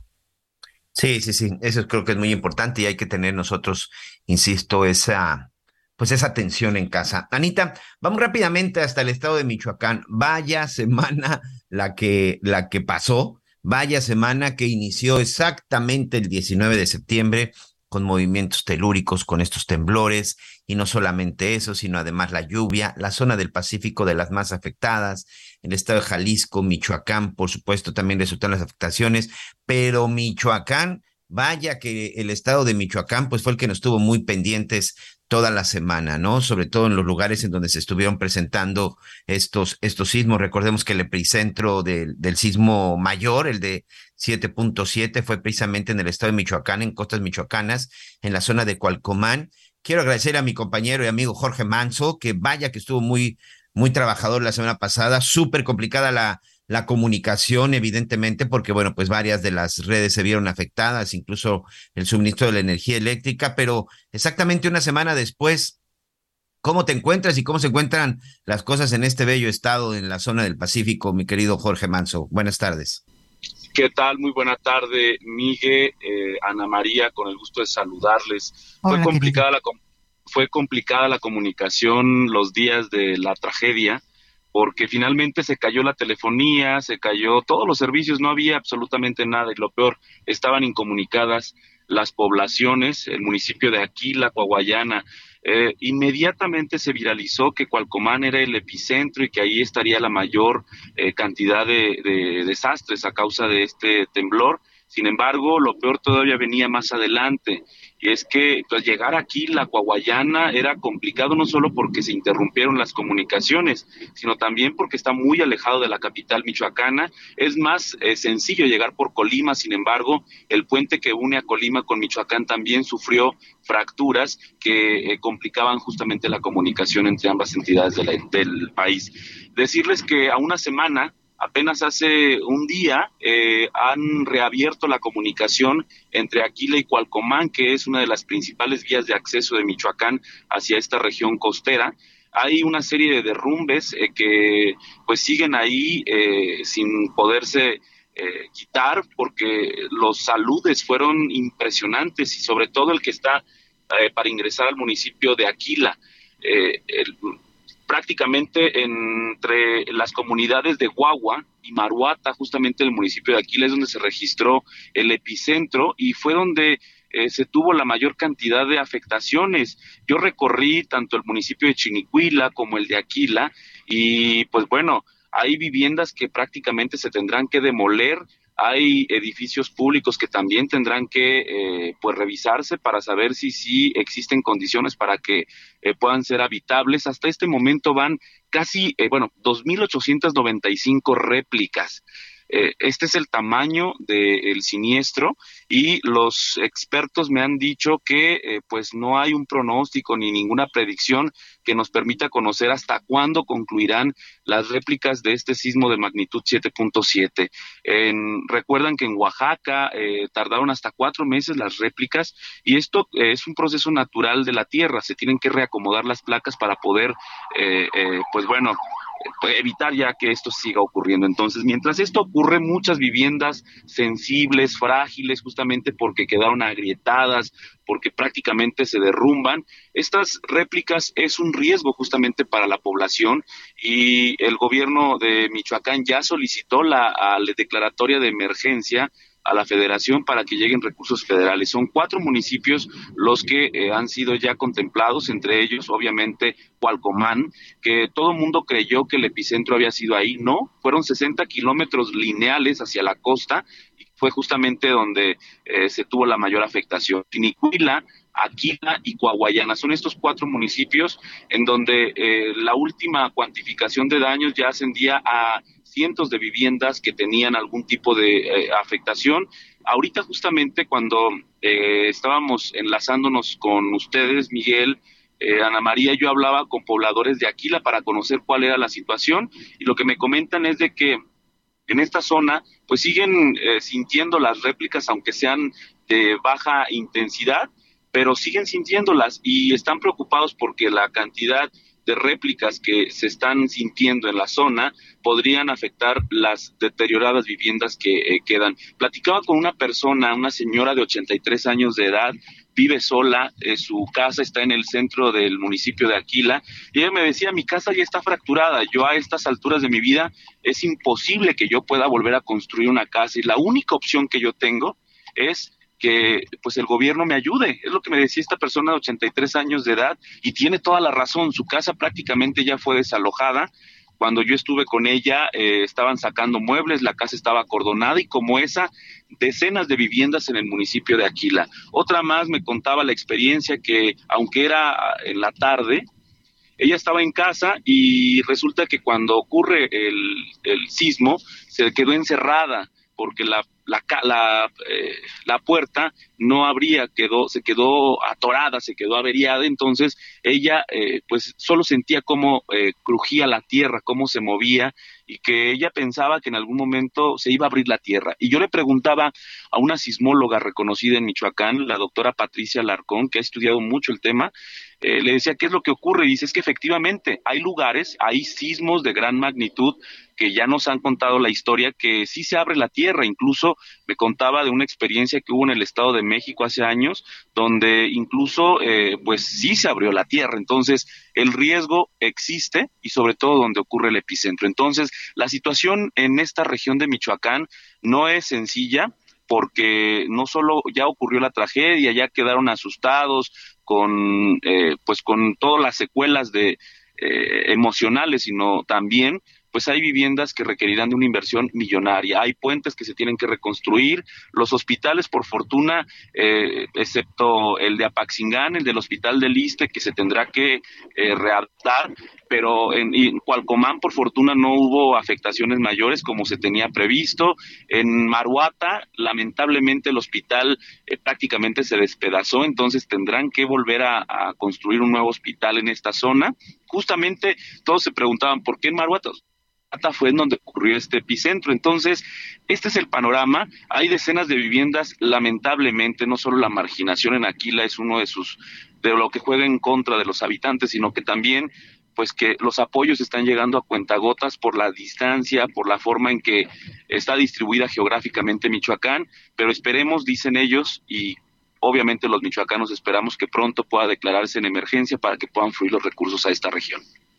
Sí, sí, sí, eso creo que es muy importante y hay que tener nosotros, insisto, esa, pues esa atención en casa. Anita, vamos rápidamente hasta el estado de Michoacán. Vaya semana la que, la que pasó, vaya semana que inició exactamente el diecinueve de septiembre con movimientos telúricos, con estos temblores, y no solamente eso, sino además la lluvia, la zona del Pacífico de las más afectadas, el estado de Jalisco, Michoacán, por supuesto, también resultaron las afectaciones, pero Michoacán, vaya que el estado de Michoacán, pues fue el que nos tuvo muy pendientes toda la semana, ¿no? Sobre todo en los lugares en donde se estuvieron presentando estos, estos sismos. Recordemos que el epicentro del, del sismo mayor, el de siete punto siete, fue precisamente en el estado de Michoacán, en costas michoacanas, en la zona de Cualcomán. Quiero agradecer a mi compañero y amigo Jorge Manso, que vaya que estuvo muy, muy trabajador la semana pasada, súper complicada la, la comunicación, evidentemente, porque, bueno, pues varias de las redes se vieron afectadas, incluso el suministro de la energía eléctrica, pero exactamente una semana después, ¿cómo te encuentras y cómo se encuentran las cosas en este bello estado en la zona del Pacífico, mi querido Jorge Manso? Buenas tardes. ¿Qué tal? Muy buena tarde, Miguel, eh, Ana María, con el gusto de saludarles. Hola, fue complicada querido. la com- fue complicada la comunicación los días de la tragedia, porque finalmente se cayó la telefonía, se cayó todos los servicios, no había absolutamente nada, y lo peor, estaban incomunicadas las poblaciones, el municipio de Aquila, Coahuayana. Eh, inmediatamente se viralizó que Cualcomán era el epicentro y que ahí estaría la mayor eh, cantidad de, de desastres a causa de este temblor. Sin embargo, lo peor todavía venía más adelante, y es que pues, llegar aquí, la Coahuayana, era complicado no solo porque se interrumpieron las comunicaciones, sino también porque está muy alejado de la capital michoacana. Es más eh, sencillo llegar por Colima, sin embargo, el puente que une a Colima con Michoacán también sufrió fracturas que eh, complicaban justamente la comunicación entre ambas entidades de la, del país. Decirles que a una semana, apenas hace un día, eh, han reabierto la comunicación entre Aquila y Cualcomán, que es una de las principales vías de acceso de Michoacán hacia esta región costera. Hay una serie de derrumbes eh, que pues siguen ahí eh, sin poderse eh, quitar, porque los saludes fueron impresionantes, y sobre todo el que está eh, para ingresar al municipio de Aquila. Eh, el, prácticamente entre las comunidades de Guagua y Maruata, justamente el municipio de Aquila, es donde se registró el epicentro y fue donde eh, se tuvo la mayor cantidad de afectaciones. Yo recorrí tanto el municipio de Chinicuila como el de Aquila y pues bueno, hay viviendas que prácticamente se tendrán que demoler, hay edificios públicos que también tendrán que eh, pues revisarse para saber si sí existen condiciones para que eh, puedan ser habitables. Hasta este momento van casi, eh, bueno, dos mil ochocientas noventa y cinco réplicas. Eh, este es el tamaño del siniestro y los expertos me han dicho que eh, pues no hay un pronóstico ni ninguna predicción que nos permita conocer hasta cuándo concluirán las réplicas de este sismo de magnitud siete punto siete. En, recuerdan que en Oaxaca eh, tardaron hasta cuatro meses las réplicas y esto eh, es un proceso natural de la Tierra, se tienen que reacomodar las placas para poder, eh, eh, pues bueno, evitar ya que esto siga ocurriendo. Entonces, mientras esto ocurre, muchas viviendas sensibles, frágiles, justamente porque quedaron agrietadas, porque prácticamente se derrumban. Estas réplicas es un riesgo justamente para la población y el gobierno de Michoacán ya solicitó la, a la declaratoria de emergencia a la federación para que lleguen recursos federales. Son cuatro municipios los que eh, han sido ya contemplados, entre ellos obviamente Cualcomán, que todo el mundo creyó que el epicentro había sido ahí. No, fueron sesenta kilómetros lineales hacia la costa y fue justamente donde eh, se tuvo la mayor afectación. Tinicuila, Aquila y Coahuayana son estos cuatro municipios en donde eh, la última cuantificación de daños ya ascendía a cientos de viviendas que tenían algún tipo de eh, afectación. Ahorita justamente cuando eh, estábamos enlazándonos con ustedes, Miguel, eh, Ana María, yo hablaba con pobladores de Aquila para conocer cuál era la situación y lo que me comentan es de que en esta zona pues siguen eh, sintiendo las réplicas aunque sean de baja intensidad, pero siguen sintiéndolas y están preocupados porque la cantidad de réplicas que se están sintiendo en la zona podrían afectar las deterioradas viviendas que eh, quedan. Platicaba con una persona, una señora de ochenta y tres años de edad, vive sola, eh, su casa está en el centro del municipio de Aquila, y ella me decía, mi casa ya está fracturada, yo a estas alturas de mi vida es imposible que yo pueda volver a construir una casa, y la única opción que yo tengo es que pues el gobierno me ayude. Es lo que me decía esta persona de ochenta y tres años de edad y tiene toda la razón, su casa prácticamente ya fue desalojada. Cuando yo estuve con ella eh, estaban sacando muebles, la casa estaba acordonada y como esa, decenas de viviendas en el municipio de Aquila. Otra más me contaba la experiencia que aunque era en la tarde, ella estaba en casa y resulta que cuando ocurre el, el sismo se quedó encerrada porque la la la, eh, la puerta no abría, quedó se quedó atorada, se quedó averiada, entonces ella eh, pues solo sentía cómo eh, crujía la tierra, cómo se movía y que ella pensaba que en algún momento se iba a abrir la tierra. Y yo le preguntaba a una sismóloga reconocida en Michoacán, la doctora Patricia Larcón, que ha estudiado mucho el tema, eh, le decía, ¿qué es lo que ocurre? Y dice, es que efectivamente hay lugares, hay sismos de gran magnitud que ya nos han contado la historia, que sí se abre la tierra. Incluso me contaba de una experiencia que hubo en el Estado de México hace años, donde incluso eh, pues sí se abrió la tierra. Entonces el riesgo existe y sobre todo donde ocurre el epicentro. Entonces la situación en esta región de Michoacán no es sencilla, porque no solo ya ocurrió la tragedia, ya quedaron asustados con eh, pues con todas las secuelas de eh, emocionales, sino también pues hay viviendas que requerirán de una inversión millonaria, hay puentes que se tienen que reconstruir, los hospitales, por fortuna, eh, excepto el de Apaxingán, el del Hospital del Iste, que se tendrá que eh, readaptar, pero en, en Cualcomán, por fortuna, no hubo afectaciones mayores como se tenía previsto. En Maruata, lamentablemente, el hospital eh, prácticamente se despedazó, entonces tendrán que volver a, a construir un nuevo hospital en esta zona. Justamente todos se preguntaban, ¿por qué en Maruata? Fue en donde ocurrió este epicentro. Entonces, este es el panorama. Hay decenas de viviendas, lamentablemente, no solo la marginación en Aquila es uno de sus, de lo que juega en contra de los habitantes, sino que también, pues que los apoyos están llegando a cuentagotas por la distancia, por la forma en que está distribuida geográficamente Michoacán, pero esperemos, dicen ellos, y obviamente los michoacanos esperamos que pronto pueda declararse en emergencia para que puedan fluir los recursos a esta región.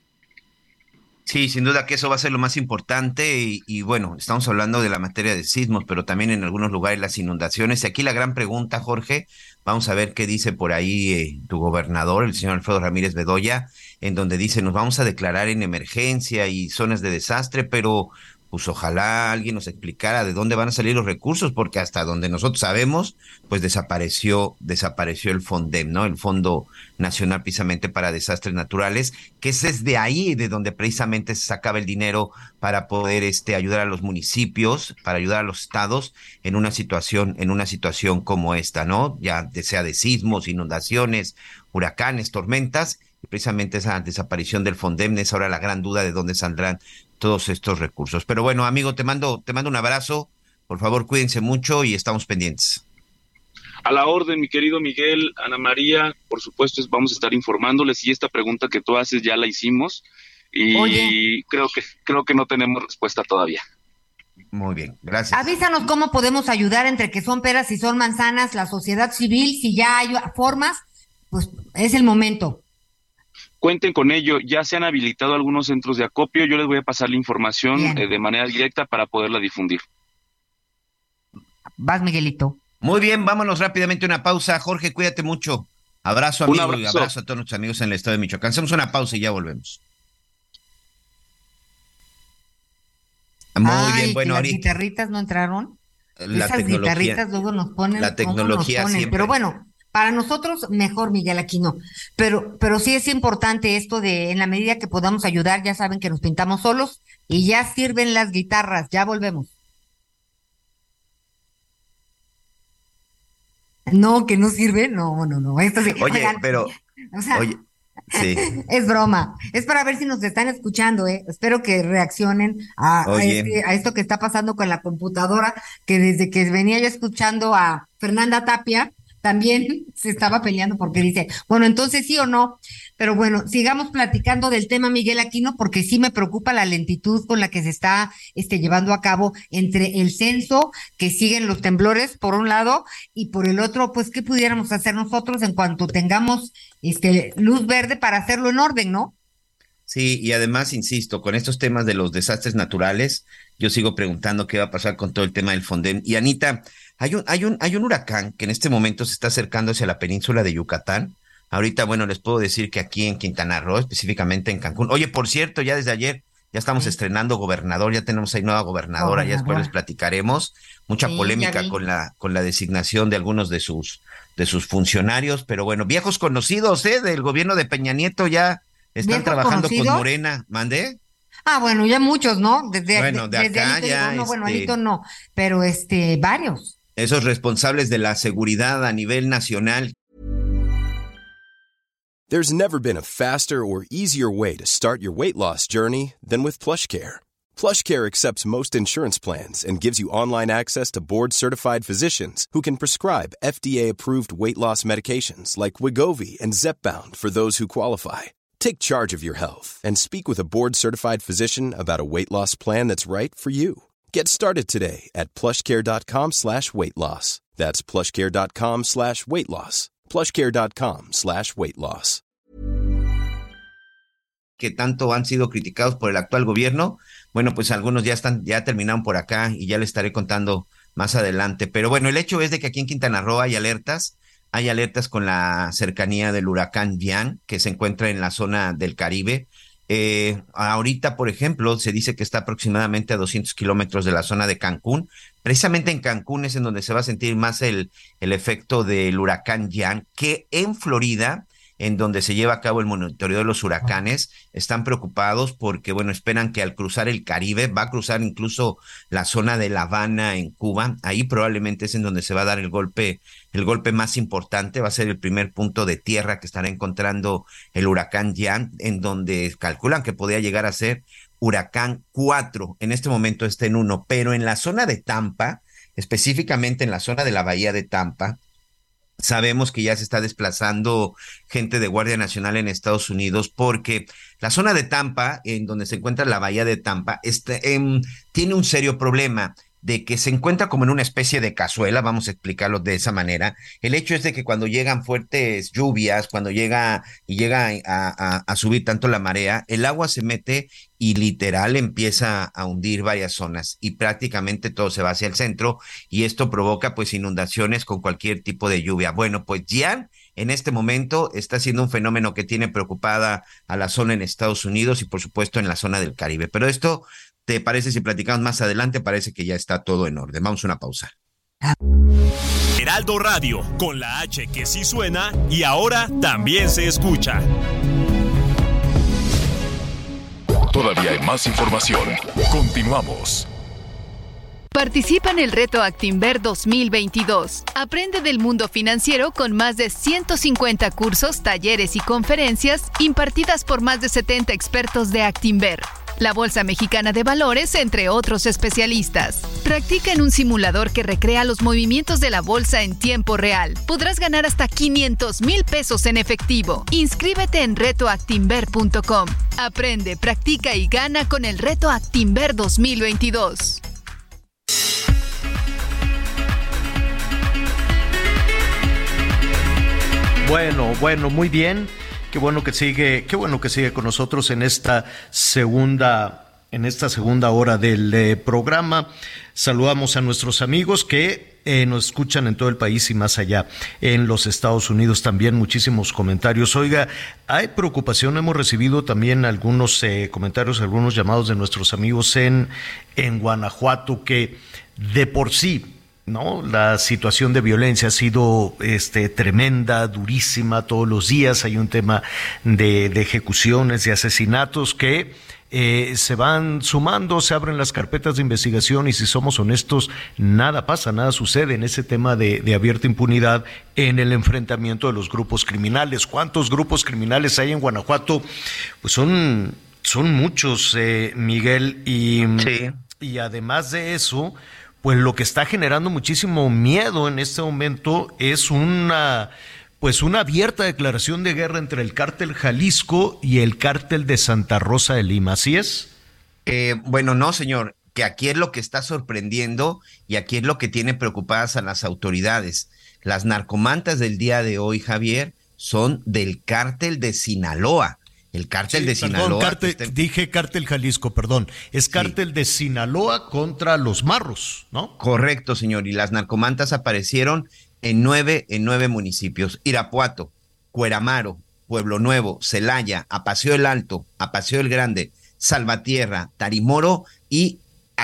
Sí, sin duda que eso va a ser lo más importante y, y bueno, estamos hablando de la materia de sismos, pero también en algunos lugares las inundaciones. Y aquí la gran pregunta, Jorge, vamos a ver qué dice por ahí eh, tu gobernador, el señor Alfredo Ramírez Bedoya, en donde dice nos vamos a declarar en emergencia y zonas de desastre, pero pues ojalá alguien nos explicara de dónde van a salir los recursos, porque hasta donde nosotros sabemos, pues desapareció, desapareció el FONDEM, ¿no? El Fondo Nacional precisamente para Desastres Naturales, que es desde ahí de donde precisamente se sacaba el dinero para poder este ayudar a los municipios, para ayudar a los estados en una situación, en una situación como esta, ¿no? Ya sea de sismos, inundaciones, huracanes, tormentas, y precisamente esa desaparición del FONDEM es ahora la gran duda de dónde saldrán todos estos recursos. Pero bueno, amigo, te mando, te mando un abrazo, por favor cuídense mucho y estamos pendientes. A la orden, mi querido Miguel, Ana María, por supuesto vamos a estar informándoles, y esta pregunta que tú haces ya la hicimos y Oye. creo que creo que no tenemos respuesta todavía. Muy bien, gracias. Avísanos cómo podemos ayudar entre que son peras y son manzanas, la sociedad civil, si ya hay formas, pues es el momento. Cuenten con ello, ya se han habilitado algunos centros de acopio, yo les voy a pasar la información eh, de manera directa para poderla difundir. Vas, Miguelito. Muy bien, vámonos rápidamente a una pausa. Jorge, cuídate mucho. Abrazo, amigo, abrazo. y abrazo a todos nuestros amigos en el estado de Michoacán. Hacemos una pausa y ya volvemos. Muy Ay, bien, bueno, ¿las ahorita. guitarritas no entraron? La Esas tecnología, guitarritas luego nos ponen. la tecnología nos ponen? siempre. Pero bueno, para nosotros mejor, Miguel Aquino. Pero, pero sí es importante esto de, en la medida que podamos ayudar, ya saben que nos pintamos solos y ya sirven las guitarras. Ya volvemos. No, que no sirve. No, no, no. Esto sí. Oye, Oigan, pero. o sea, Oye, sí. es broma. Es para ver si nos están escuchando, ¿eh? Espero que reaccionen a, a, este, a esto que está pasando con la computadora, que desde que venía yo escuchando a Fernanda Tapia, también se estaba peleando porque dice, bueno, entonces sí o no. Pero bueno, sigamos platicando del tema, Miguel Aquino, porque sí me preocupa la lentitud con la que se está este, llevando a cabo entre el censo, que siguen los temblores por un lado, y por el otro, pues, ¿qué pudiéramos hacer nosotros en cuanto tengamos este, luz verde para hacerlo en orden, ¿no? Sí, y además, insisto, con estos temas de los desastres naturales, yo sigo preguntando qué va a pasar con todo el tema del FONDEM. Y Anita, hay un, hay un, hay un huracán que en este momento se está acercando hacia la península de Yucatán. Ahorita, bueno, les puedo decir que aquí en Quintana Roo, específicamente en Cancún. Oye, por cierto, ya desde ayer ya estamos sí. estrenando gobernador, ya tenemos ahí nueva gobernadora, gobernadora. Ya después les platicaremos. Mucha sí, polémica con la, con la designación de algunos de sus, de sus funcionarios, pero bueno, viejos conocidos, ¿eh? Del gobierno de Peña Nieto ya están trabajando conocidos? Con Morena. ¿Mandé? Ah, bueno, ya muchos, ¿no? Desde, bueno, de desde acá Alito, ya, no, este, bueno, Alito no, pero este, varios. Esos responsables de la seguridad a nivel nacional. There's never been a faster or easier way to start your weight loss journey than with PlushCare. PlushCare accepts most insurance plans and gives you online access to board-certified physicians who can prescribe F D A-approved weight loss medications like Wegovy and Zepbound for those who qualify. Take charge of your health and speak with a board-certified physician about a weight loss plan that's right for you. Get started today at plushcare.com slash weight loss. That's plushcare.com slash weight loss. plushcare.com slash weight loss. Que tanto han sido criticados por el actual gobierno. Bueno, pues algunos ya están, ya terminaron por acá y ya les estaré contando más adelante. Pero bueno, el hecho es de que aquí en Quintana Roo hay alertas. Hay alertas con la cercanía del huracán Ian, que se encuentra en la zona del Caribe. Eh, ahorita, por ejemplo, se dice que está aproximadamente a doscientos kilómetros de la zona de Cancún. Precisamente en Cancún es en donde se va a sentir más el, el efecto del huracán Ian, que en Florida, en donde se lleva a cabo el monitoreo de los huracanes, están preocupados porque, bueno, esperan que al cruzar el Caribe, va a cruzar incluso la zona de La Habana en Cuba, ahí probablemente es en donde se va a dar el golpe, el golpe más importante, va a ser el primer punto de tierra que estará encontrando el huracán Ian, en donde calculan que podría llegar a ser huracán cuatro, en este momento está en uno, pero en la zona de Tampa, específicamente en la zona de la bahía de Tampa, sabemos que ya se está desplazando gente de Guardia Nacional en Estados Unidos porque la zona de Tampa, en donde se encuentra la bahía de Tampa, este, eh, tiene un serio problema de que se encuentra como en una especie de cazuela, vamos a explicarlo de esa manera. El hecho es de que cuando llegan fuertes lluvias, cuando llega y llega a, a, a subir tanto la marea, el agua se mete y literal empieza a hundir varias zonas y prácticamente todo se va hacia el centro y esto provoca pues inundaciones con cualquier tipo de lluvia. Bueno, pues Ian en este momento está siendo un fenómeno que tiene preocupada a la zona en Estados Unidos y por supuesto en la zona del Caribe. Pero esto, ¿te parece si platicamos más adelante? Parece que ya está todo en orden. Vamos a una pausa. Heraldo Radio, con la H que sí suena y ahora también se escucha. Todavía hay más información. Continuamos. Participa en el reto Actinver dos mil veintidós. Aprende del mundo financiero con más de ciento cincuenta cursos, talleres y conferencias impartidas por más de setenta expertos de Actinver, la Bolsa Mexicana de Valores, entre otros especialistas. Practica en un simulador que recrea los movimientos de la bolsa en tiempo real. Podrás ganar hasta quinientos mil pesos en efectivo. Inscríbete en reto actinver punto com. Aprende, practica y gana con el reto Actinver dos mil veintidós. Bueno, bueno, muy bien. Qué bueno que sigue, qué bueno que sigue con nosotros en esta segunda, en esta segunda hora del eh, programa. Saludamos a nuestros amigos que eh, nos escuchan en todo el país y más allá, en los Estados Unidos también. Muchísimos comentarios. Oiga, hay preocupación. Hemos recibido también algunos eh, comentarios, algunos llamados de nuestros amigos en en Guanajuato que de por sí, ¿no? La situación de violencia ha sido este, tremenda, durísima. Todos los días hay un tema de, de ejecuciones, de asesinatos que eh, se van sumando, se abren las carpetas de investigación y, si somos honestos, nada pasa, nada sucede en ese tema de, de abierta impunidad en el enfrentamiento de los grupos criminales. ¿Cuántos grupos criminales hay en Guanajuato? Pues son, son muchos, eh, Miguel, y, sí. y además de eso, pues lo que está generando muchísimo miedo en este momento es una, pues una abierta declaración de guerra entre el cártel Jalisco y el cártel de Santa Rosa de Lima. ¿Así es? Eh, bueno, no, señor, que aquí es lo que está sorprendiendo y aquí es lo que tiene preocupadas a las autoridades. Las narcomantas del día de hoy, Javier, son del cártel de Sinaloa. El cártel sí, de perdón, Sinaloa. Cártel, está... Dije cártel Jalisco, perdón. Es cártel sí. de Sinaloa contra los marros, ¿no? Correcto, señor. Y las narcomantas aparecieron en nueve, en nueve municipios. Irapuato, Cueramaro, Pueblo Nuevo, Celaya, Apaseo el Alto, Apaseo el Grande, Salvatierra, Tarimoro y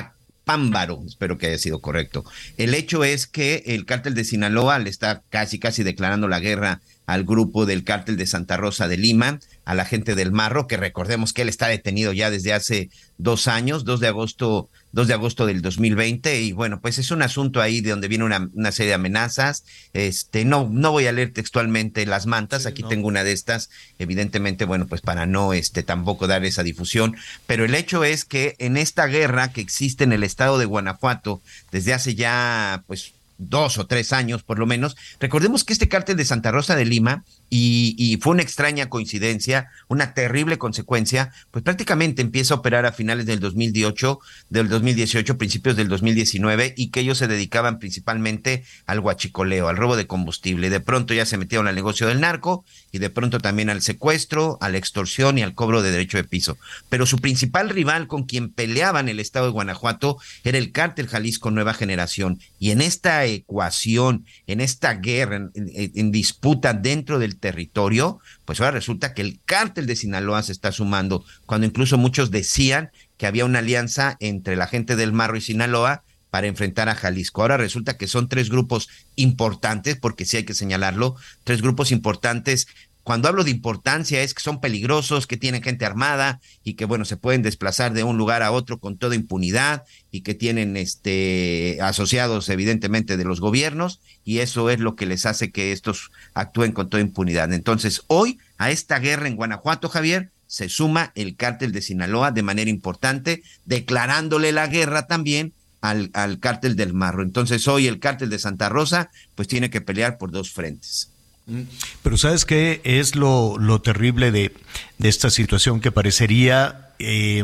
Pámbaro, espero que haya sido correcto. El hecho es que el cártel de Sinaloa le está casi, casi declarando la guerra al grupo del cártel de Santa Rosa de Lima, a la gente del Marro, que recordemos que él está detenido ya desde hace dos años, dos de agosto, dos de agosto del dos mil veinte, y bueno, pues es un asunto ahí de donde viene una, una serie de amenazas. Este, no, no voy a leer textualmente las mantas, sí, aquí no. Tengo una de estas, evidentemente, bueno, pues para no este tampoco dar esa difusión, pero el hecho es que en esta guerra que existe en el estado de Guanajuato desde hace ya, pues, dos o tres años por lo menos, recordemos que este cártel de Santa Rosa de Lima, y, y fue una extraña coincidencia, una terrible consecuencia, pues prácticamente empieza a operar a finales del dos mil dieciocho, del dos mil dieciocho, principios del dos mil diecinueve, y que ellos se dedicaban principalmente al huachicoleo, al robo de combustible. De pronto ya se metieron al negocio del narco, y de pronto también al secuestro, a la extorsión y al cobro de derecho de piso. Pero su principal rival con quien peleaban el estado de Guanajuato era el cártel Jalisco Nueva Generación, y en esta ecuación, en esta guerra, en, en, en disputa dentro del territorio, pues ahora resulta que el cártel de Sinaloa se está sumando, cuando incluso muchos decían que había una alianza entre la gente del Marro y Sinaloa para enfrentar a Jalisco. Ahora resulta que son tres grupos importantes, porque sí hay que señalarlo, tres grupos importantes. Cuando hablo de importancia es que son peligrosos, que tienen gente armada y que, bueno, se pueden desplazar de un lugar a otro con toda impunidad y que tienen este asociados evidentemente de los gobiernos, y eso es lo que les hace que estos actúen con toda impunidad. Entonces, hoy a esta guerra en Guanajuato, Javier, se suma el cártel de Sinaloa de manera importante, declarándole la guerra también al, al cártel del Marro. Entonces, hoy el cártel de Santa Rosa pues tiene que pelear por dos frentes. Pero ¿sabes qué es lo, lo terrible de, de esta situación? Que parecería, eh,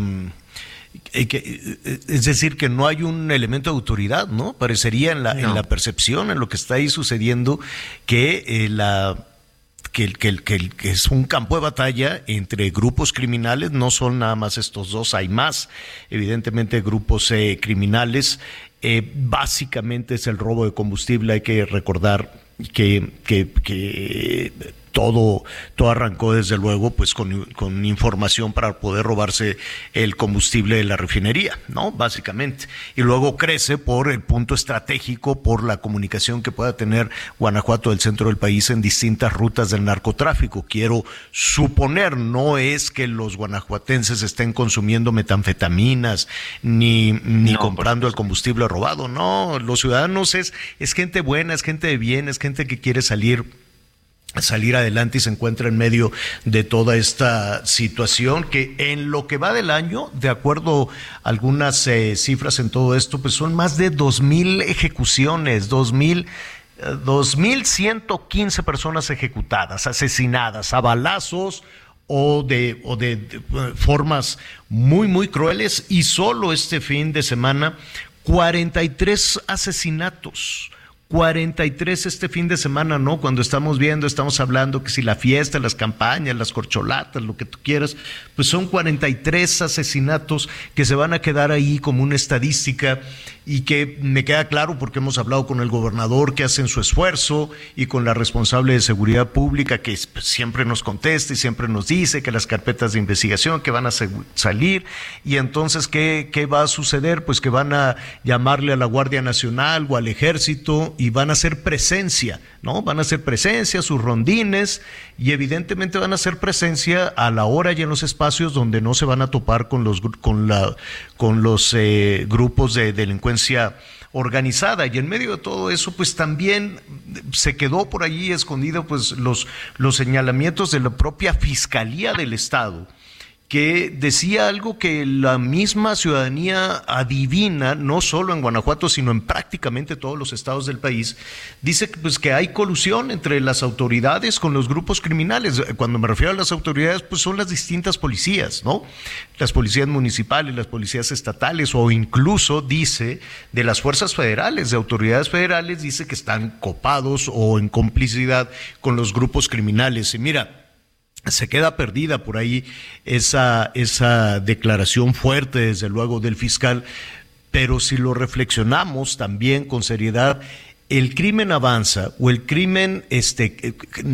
que, es decir, que no hay un elemento de autoridad, ¿no? Parecería en la, no. en la percepción, en lo que está ahí sucediendo, que eh, la... Que, que, que, que es un campo de batalla entre grupos criminales. No son nada más estos dos, hay más, evidentemente, grupos eh, criminales. Eh, básicamente es el robo de combustible. Hay que recordar que, que, que todo, todo arrancó desde luego pues con, con información para poder robarse el combustible de la refinería, ¿no? Básicamente. Y luego crece por el punto estratégico, por la comunicación que pueda tener Guanajuato del centro del país en distintas rutas del narcotráfico. Quiero suponer, no es que los guanajuatenses estén consumiendo metanfetaminas ni, ni no, comprando el combustible robado, no, los ciudadanos es, es gente buena, es gente de bien, es gente que quiere salir salir adelante y se encuentra en medio de toda esta situación que en lo que va del año, de acuerdo a algunas eh, cifras en todo esto, pues son más de dos mil ejecuciones, dos mil dos mil ciento quince personas ejecutadas, asesinadas a balazos o de o de, de formas muy muy crueles, y solo este fin de semana cuarenta y tres asesinatos. cuarenta y tres este fin de semana, ¿no? Cuando estamos viendo, estamos hablando que si la fiesta, las campañas, las corcholatas, lo que tú quieras, pues son cuarenta y tres asesinatos que se van a quedar ahí como una estadística, y que me queda claro porque hemos hablado con el gobernador que hacen su esfuerzo, y con la responsable de seguridad pública que pues, siempre nos contesta y siempre nos dice que las carpetas de investigación que van a salir, y entonces ¿qué, qué va a suceder? Pues que van a llamarle a la Guardia Nacional o al Ejército y van a hacer presencia, ¿no? Van a hacer presencia, sus rondines, y evidentemente van a hacer presencia a la hora y en los espacios donde no se van a topar con los con la con los eh, grupos de delincuencia organizada. Y en medio de todo eso, pues también se quedó por allí escondido pues los los señalamientos de la propia Fiscalía del Estado, que decía algo que la misma ciudadanía adivina, no solo en Guanajuato, sino en prácticamente todos los estados del país. Dice pues que hay colusión entre las autoridades con los grupos criminales. Cuando me refiero a las autoridades, pues son las distintas policías, ¿no? Las policías municipales, las policías estatales, o incluso dice de las fuerzas federales, de autoridades federales, dice que están copados o en complicidad con los grupos criminales. Y mira, se queda perdida por ahí esa, esa declaración fuerte, desde luego, del fiscal, pero si lo reflexionamos también con seriedad, el crimen avanza o el crimen este,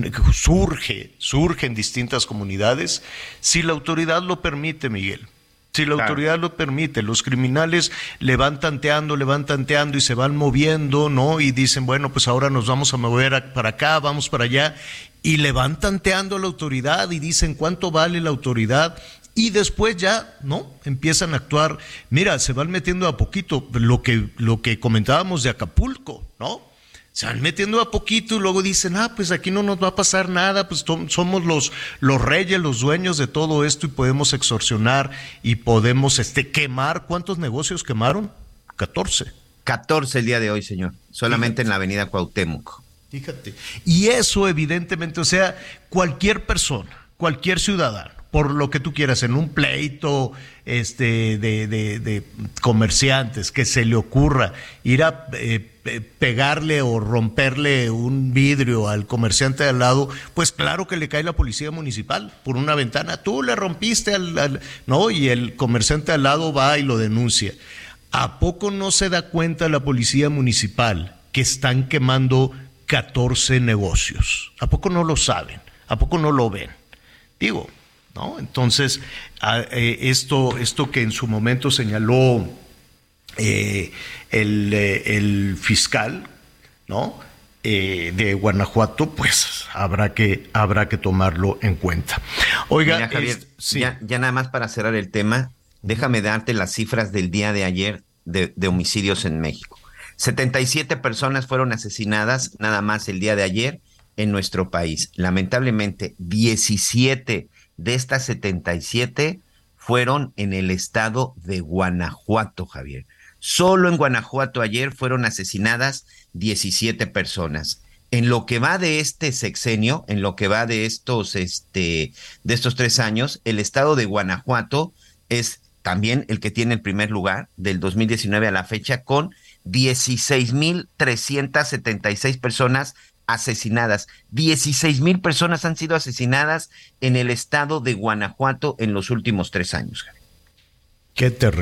surge, surge en distintas comunidades si la autoridad lo permite, Miguel. Si la autoridad lo permite, los criminales le van tanteando, le van tanteando y se van moviendo, ¿no? Y dicen, bueno, pues ahora nos vamos a mover a, para acá, vamos para allá, y le van tanteando a la autoridad y dicen cuánto vale la autoridad, y después ya, ¿no? Empiezan a actuar. Mira, se van metiendo a poquito, lo que, lo que comentábamos de Acapulco, ¿no? Se van metiendo a poquito y luego dicen, ah, pues aquí no nos va a pasar nada, pues to- somos los, los reyes, los dueños de todo esto, y podemos extorsionar y podemos este, quemar. ¿Cuántos negocios quemaron? catorce. catorce el día de hoy, señor, solamente Fíjate. En la avenida Cuauhtémoc. Fíjate. Y eso evidentemente, o sea, cualquier persona, cualquier ciudadano, por lo que tú quieras, en un pleito este, de, de, de comerciantes, que se le ocurra ir a eh, pegarle o romperle un vidrio al comerciante de al lado, pues claro que le cae la policía municipal por una ventana. Tú le rompiste al, al no, y el comerciante de al lado va y lo denuncia. ¿A poco no se da cuenta la policía municipal que están quemando catorce negocios? ¿A poco no lo saben? ¿A poco no lo ven? Digo, ¿no? Entonces, eh, esto, esto que en su momento señaló eh, el, eh, el fiscal, ¿no? Eh, de Guanajuato, pues habrá que, habrá que tomarlo en cuenta. Oiga, Mira, Javier, es, sí. ya, ya nada más para cerrar el tema, déjame darte las cifras del día de ayer de, de homicidios en México. setenta y siete personas fueron asesinadas nada más el día de ayer en nuestro país. Lamentablemente, diecisiete de estas setenta y siete fueron en el estado de Guanajuato, Javier. Solo en Guanajuato ayer fueron asesinadas diecisiete personas. En lo que va de este sexenio, en lo que va de estos, este, de estos tres años, el estado de Guanajuato es también el que tiene el primer lugar del dos mil diecinueve a la fecha, con dieciséis mil trescientas setenta y seis personas asesinadas. dieciséis mil personas han sido asesinadas en el estado de Guanajuato en los últimos tres años. Qué terrible,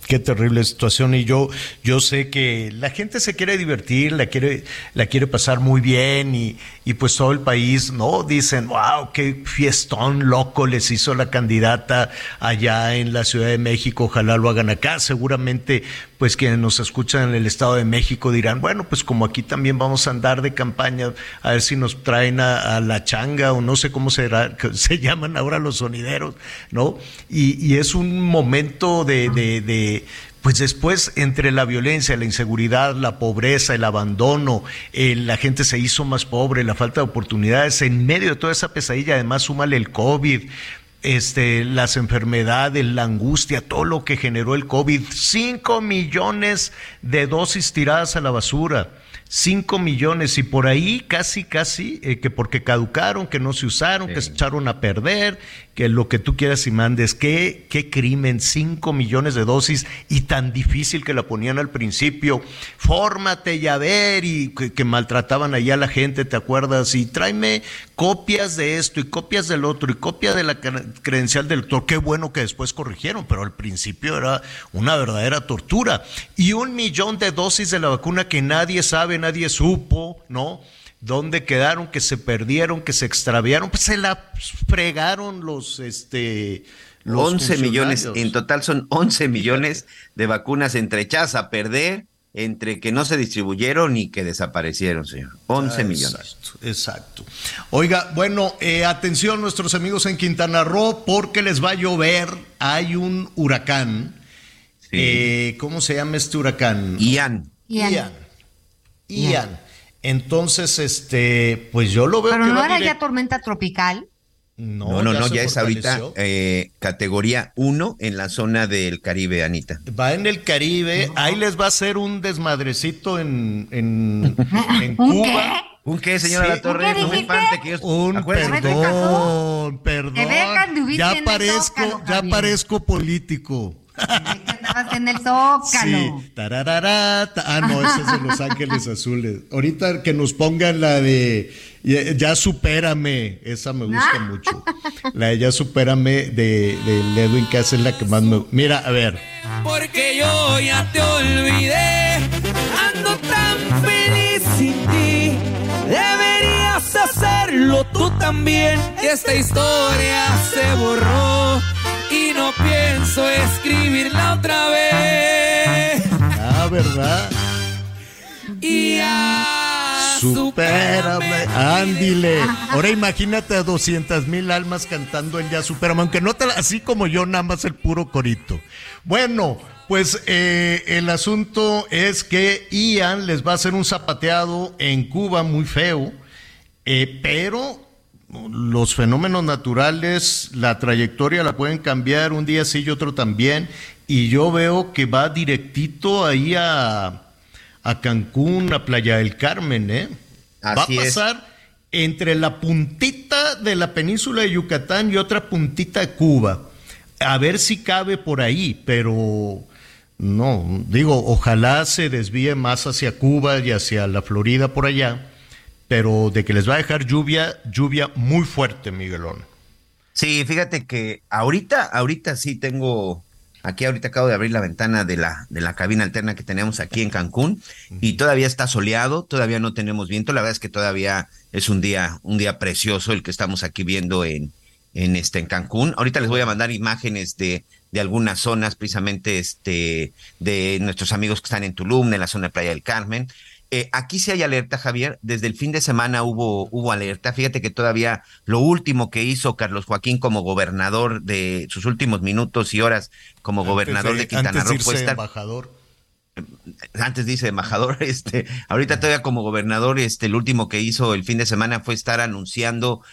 Qué terrible situación, y yo yo sé que la gente se quiere divertir, la quiere la quiere pasar muy bien, y, y pues todo el país, ¿no? Dicen, wow, qué fiestón loco les hizo la candidata allá en la Ciudad de México, ojalá lo hagan acá. Seguramente pues quienes nos escuchan en el Estado de México dirán, bueno, pues como aquí también vamos a andar de campaña, a ver si nos traen a, a la changa, o no sé cómo será, se llaman ahora los sonideros, ¿no? Y, y es un momento de, de, de pues después, entre la violencia, la inseguridad, la pobreza, el abandono, eh, la gente se hizo más pobre, la falta de oportunidades, en medio de toda esa pesadilla, además súmale el COVID, este, las enfermedades, la angustia, todo lo que generó el COVID, cinco millones de dosis tiradas a la basura, cinco millones, y por ahí casi, casi, eh, que porque caducaron, que no se usaron, sí. que se echaron a perder, que lo que tú quieras y mandes. Qué, qué crimen, cinco millones de dosis, y tan difícil que la ponían al principio. Fórmate y a ver, y que, que maltrataban ahí a la gente, ¿te acuerdas? Y tráeme copias de esto y copias del otro y copia de la credencial del doctor. Qué bueno que después corrigieron, pero al principio era una verdadera tortura. Y un millón de dosis de la vacuna que nadie sabe, nadie supo, ¿no? ¿Dónde quedaron? Que se perdieron, que se extraviaron, pues se la fregaron los, este, los once millones, en total son once millones de vacunas entre echadas a perder, entre que no se distribuyeron y que desaparecieron, señor. once millones. Exacto, exacto. Oiga, bueno, eh, atención nuestros amigos en Quintana Roo, porque les va a llover, hay un huracán, sí. eh, ¿cómo se llama este huracán? Ian. Ian. Ian. Ian. Entonces, este, pues yo lo veo. Pero que no va era direct... ya tormenta tropical. No, no, no, no ya es ahorita eh, categoría uno en la zona del Caribe, Anita. Va en el Caribe, no. Ahí les va a hacer un desmadrecito en, en, en ¿Un Cuba. qué? ¿Un qué, señora La Torre? No me espante que yo... Un perdón, perdón. Ya parezco, ya parezco político. Andabas en el Zócalo. Sí, tararara, ta, ah, no, ese es de Los Ángeles Azules. Ahorita que nos pongan la de Ya, ya supérame, esa me gusta ¿Ah? mucho. La de Ya supérame de, de Edwin Cass es la que más me... Mira, a ver. Porque yo ya te olvidé, ando tan feliz sin ti. Deberías hacerlo tú también. Esta historia se borró y no pienso escribirla otra vez. Ah, ¿verdad? Y ya supérame, ándile. Ahora imagínate a doscientas mil almas cantando en Ya supérame, aunque no te, así como yo, nada más el puro corito. Bueno, pues eh, el asunto es que Ian les va a hacer un zapateado en Cuba muy feo, eh, pero los fenómenos naturales, la trayectoria la pueden cambiar un día sí y otro también, y yo veo que va directito ahí a, a Cancún, a Playa del Carmen, ¿eh? Así va a pasar es. Entre la puntita de la península de Yucatán y otra puntita de Cuba, a ver si cabe por ahí, pero no, digo, ojalá se desvíe más hacia Cuba y hacia la Florida por allá, pero de que les va a dejar lluvia, lluvia muy fuerte, Miguelón. Sí, fíjate que ahorita, ahorita sí tengo, aquí ahorita acabo de abrir la ventana de la, de la cabina alterna que tenemos aquí en Cancún, uh-huh. y todavía está soleado, todavía no tenemos viento, la verdad es que todavía es un día, un día precioso el que estamos aquí viendo en, en este, en Cancún. Ahorita les voy a mandar imágenes de, de algunas zonas, precisamente este, de nuestros amigos que están en Tulum, en la zona de Playa del Carmen. Eh, aquí sí hay alerta, Javier. Desde el fin de semana hubo, hubo alerta. Fíjate que todavía lo último que hizo Carlos Joaquín como gobernador de sus últimos minutos y horas como antes gobernador de, de Quintana Roo fue estar... embajador. Antes dice embajador, este, ahorita todavía como gobernador, este, el último que hizo el fin de semana fue estar anunciando,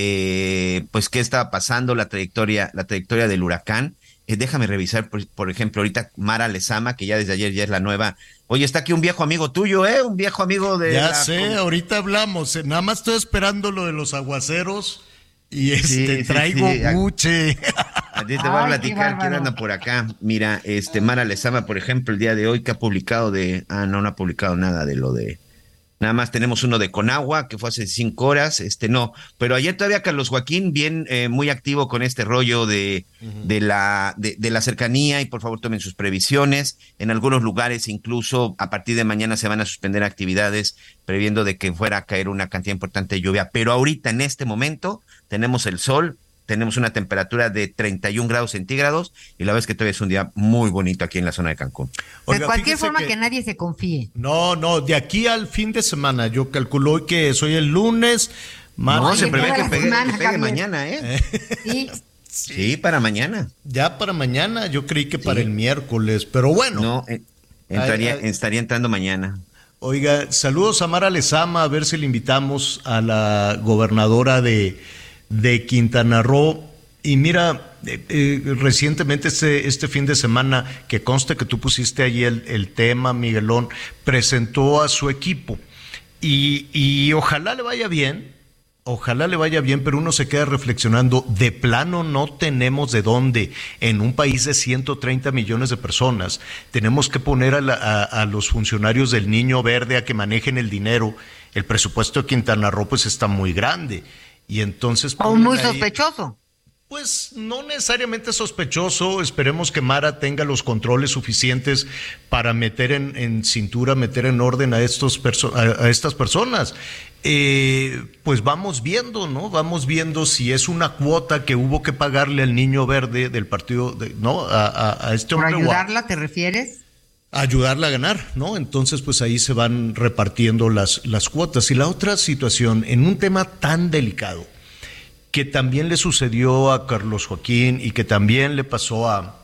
eh, pues qué estaba pasando, la trayectoria, la trayectoria del huracán. Eh, déjame revisar, por, por ejemplo, ahorita Mara Lezama, que ya desde ayer ya es la nueva. Oye, está aquí un viejo amigo tuyo, ¿eh? Un viejo amigo de... Ya la... sé, ahorita hablamos, eh, nada más estoy esperando lo de los aguaceros y este, sí, traigo sí, sí. buche. A ti te voy a platicar quién anda por acá. Mira, este Mara Lezama, por ejemplo, el día de hoy que ha publicado de... Ah, no, no ha publicado nada de lo de... Nada más tenemos uno de Conagua, que fue hace cinco horas, este no, pero ayer todavía Carlos Joaquín, bien, eh, muy activo con este rollo de, uh-huh. de, la, de, de la cercanía, y por favor tomen sus previsiones. En algunos lugares incluso a partir de mañana se van a suspender actividades, previendo de que fuera a caer una cantidad importante de lluvia, pero ahorita en este momento tenemos el sol, tenemos una temperatura de treinta y un grados centígrados, y la verdad es que todavía es un día muy bonito aquí en la zona de Cancún. Oiga, de cualquier forma que, que nadie se confíe. No, no, de aquí al fin de semana, yo calculo que soy el lunes. Mar- no, se prevé que pegue, semana, que pegue mañana, ¿eh? Sí. Sí, para mañana. Ya para mañana, yo creí que para sí. el miércoles, pero bueno. No, eh, entraría, ay, ay. estaría entrando mañana. Oiga, saludos a Mara Lezama, a ver si le invitamos a la gobernadora de... de Quintana Roo. Y mira, eh, eh, recientemente este, este fin de semana, que conste que tú pusiste allí el, el tema, Miguelón, presentó a su equipo y, y ojalá le vaya bien, ojalá le vaya bien, pero uno se queda reflexionando, de plano no tenemos de dónde, en un país de ciento treinta millones de personas, tenemos que poner a, la, a, a los funcionarios del Niño Verde a que manejen el dinero. El presupuesto de Quintana Roo pues está muy grande. Y entonces... O muy sospechoso. Pues no necesariamente sospechoso, esperemos que Mara tenga los controles suficientes para meter en, en cintura, meter en orden a, estos perso- a, a estas personas. Eh, pues vamos viendo, ¿no? Vamos viendo si es una cuota que hubo que pagarle al Niño Verde del partido, de, ¿no? A, a, a este hombre. ¿Por ayudarla, te refieres? Ayudarla a ganar, ¿no? Entonces, pues ahí se van repartiendo las, las cuotas. Y la otra situación, en un tema tan delicado, que también le sucedió a Carlos Joaquín y que también le pasó a,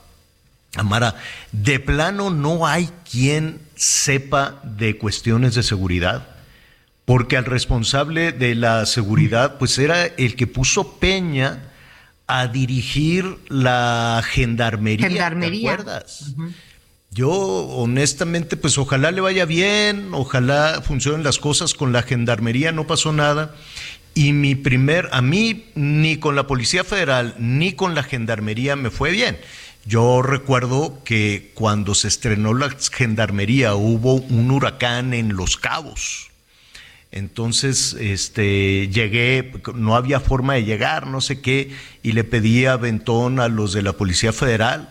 a Mara, de plano no hay quien sepa de cuestiones de seguridad, porque al responsable de la seguridad, pues era el que puso Peña a dirigir la gendarmería, gendarmería. ¿te acuerdas? Uh-huh. Yo, honestamente, pues ojalá le vaya bien, ojalá funcionen las cosas con la gendarmería, no pasó nada. Y mi primer, a mí, ni con la Policía Federal, ni con la gendarmería me fue bien. Yo recuerdo que cuando se estrenó la gendarmería hubo un huracán en Los Cabos. Entonces, este, llegué, no había forma de llegar, no sé qué, y le pedí aventón a los de la Policía Federal.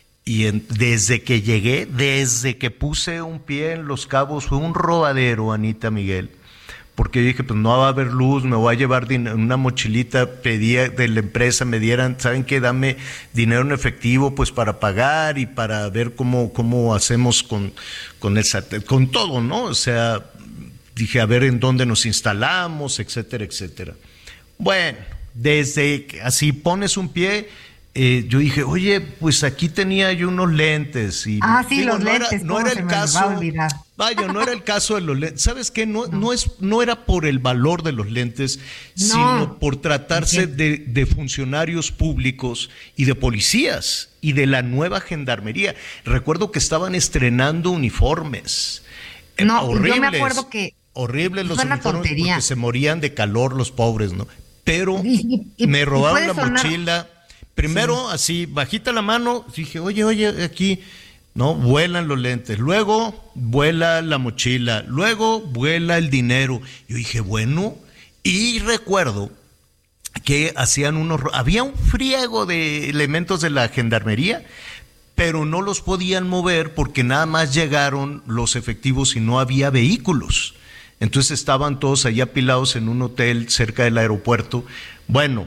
Y en, desde que llegué, desde que puse un pie en Los Cabos, fue un robadero, Anita, Miguel, porque yo dije, pues no va a haber luz, me voy a llevar din- una mochilita, pedí de la empresa, me dieran, ¿saben qué? Dame dinero en efectivo, pues para pagar y para ver cómo, cómo hacemos con, con, el sat- con todo, ¿no? O sea, dije, a ver en dónde nos instalamos, etcétera, etcétera. Bueno, desde que así pones un pie... Eh, yo dije, oye, pues aquí tenía yo unos lentes. Y, ah, sí, digo, los no lentes. Era, no era el caso. Vaya, no era el caso de los lentes. ¿Sabes qué? No, no. no, es, no era por el valor de los lentes, no. sino por tratarse de, de funcionarios públicos y de policías y de la nueva gendarmería. Recuerdo que estaban estrenando uniformes. No, horribles, yo me acuerdo que. Horribles los uniformes porque se morían de calor los pobres, ¿no? Pero y, y, me robaron la sonar... mochila. Primero, sí. así, bajita la mano, dije, oye, oye, aquí, no, vuelan los lentes. Luego, vuela la mochila. Luego, vuela el dinero. Yo dije, bueno, y recuerdo que hacían unos, había un friego de elementos de la gendarmería, pero no los podían mover porque nada más llegaron los efectivos y no había vehículos. Entonces estaban todos allá apilados en un hotel cerca del aeropuerto. Bueno,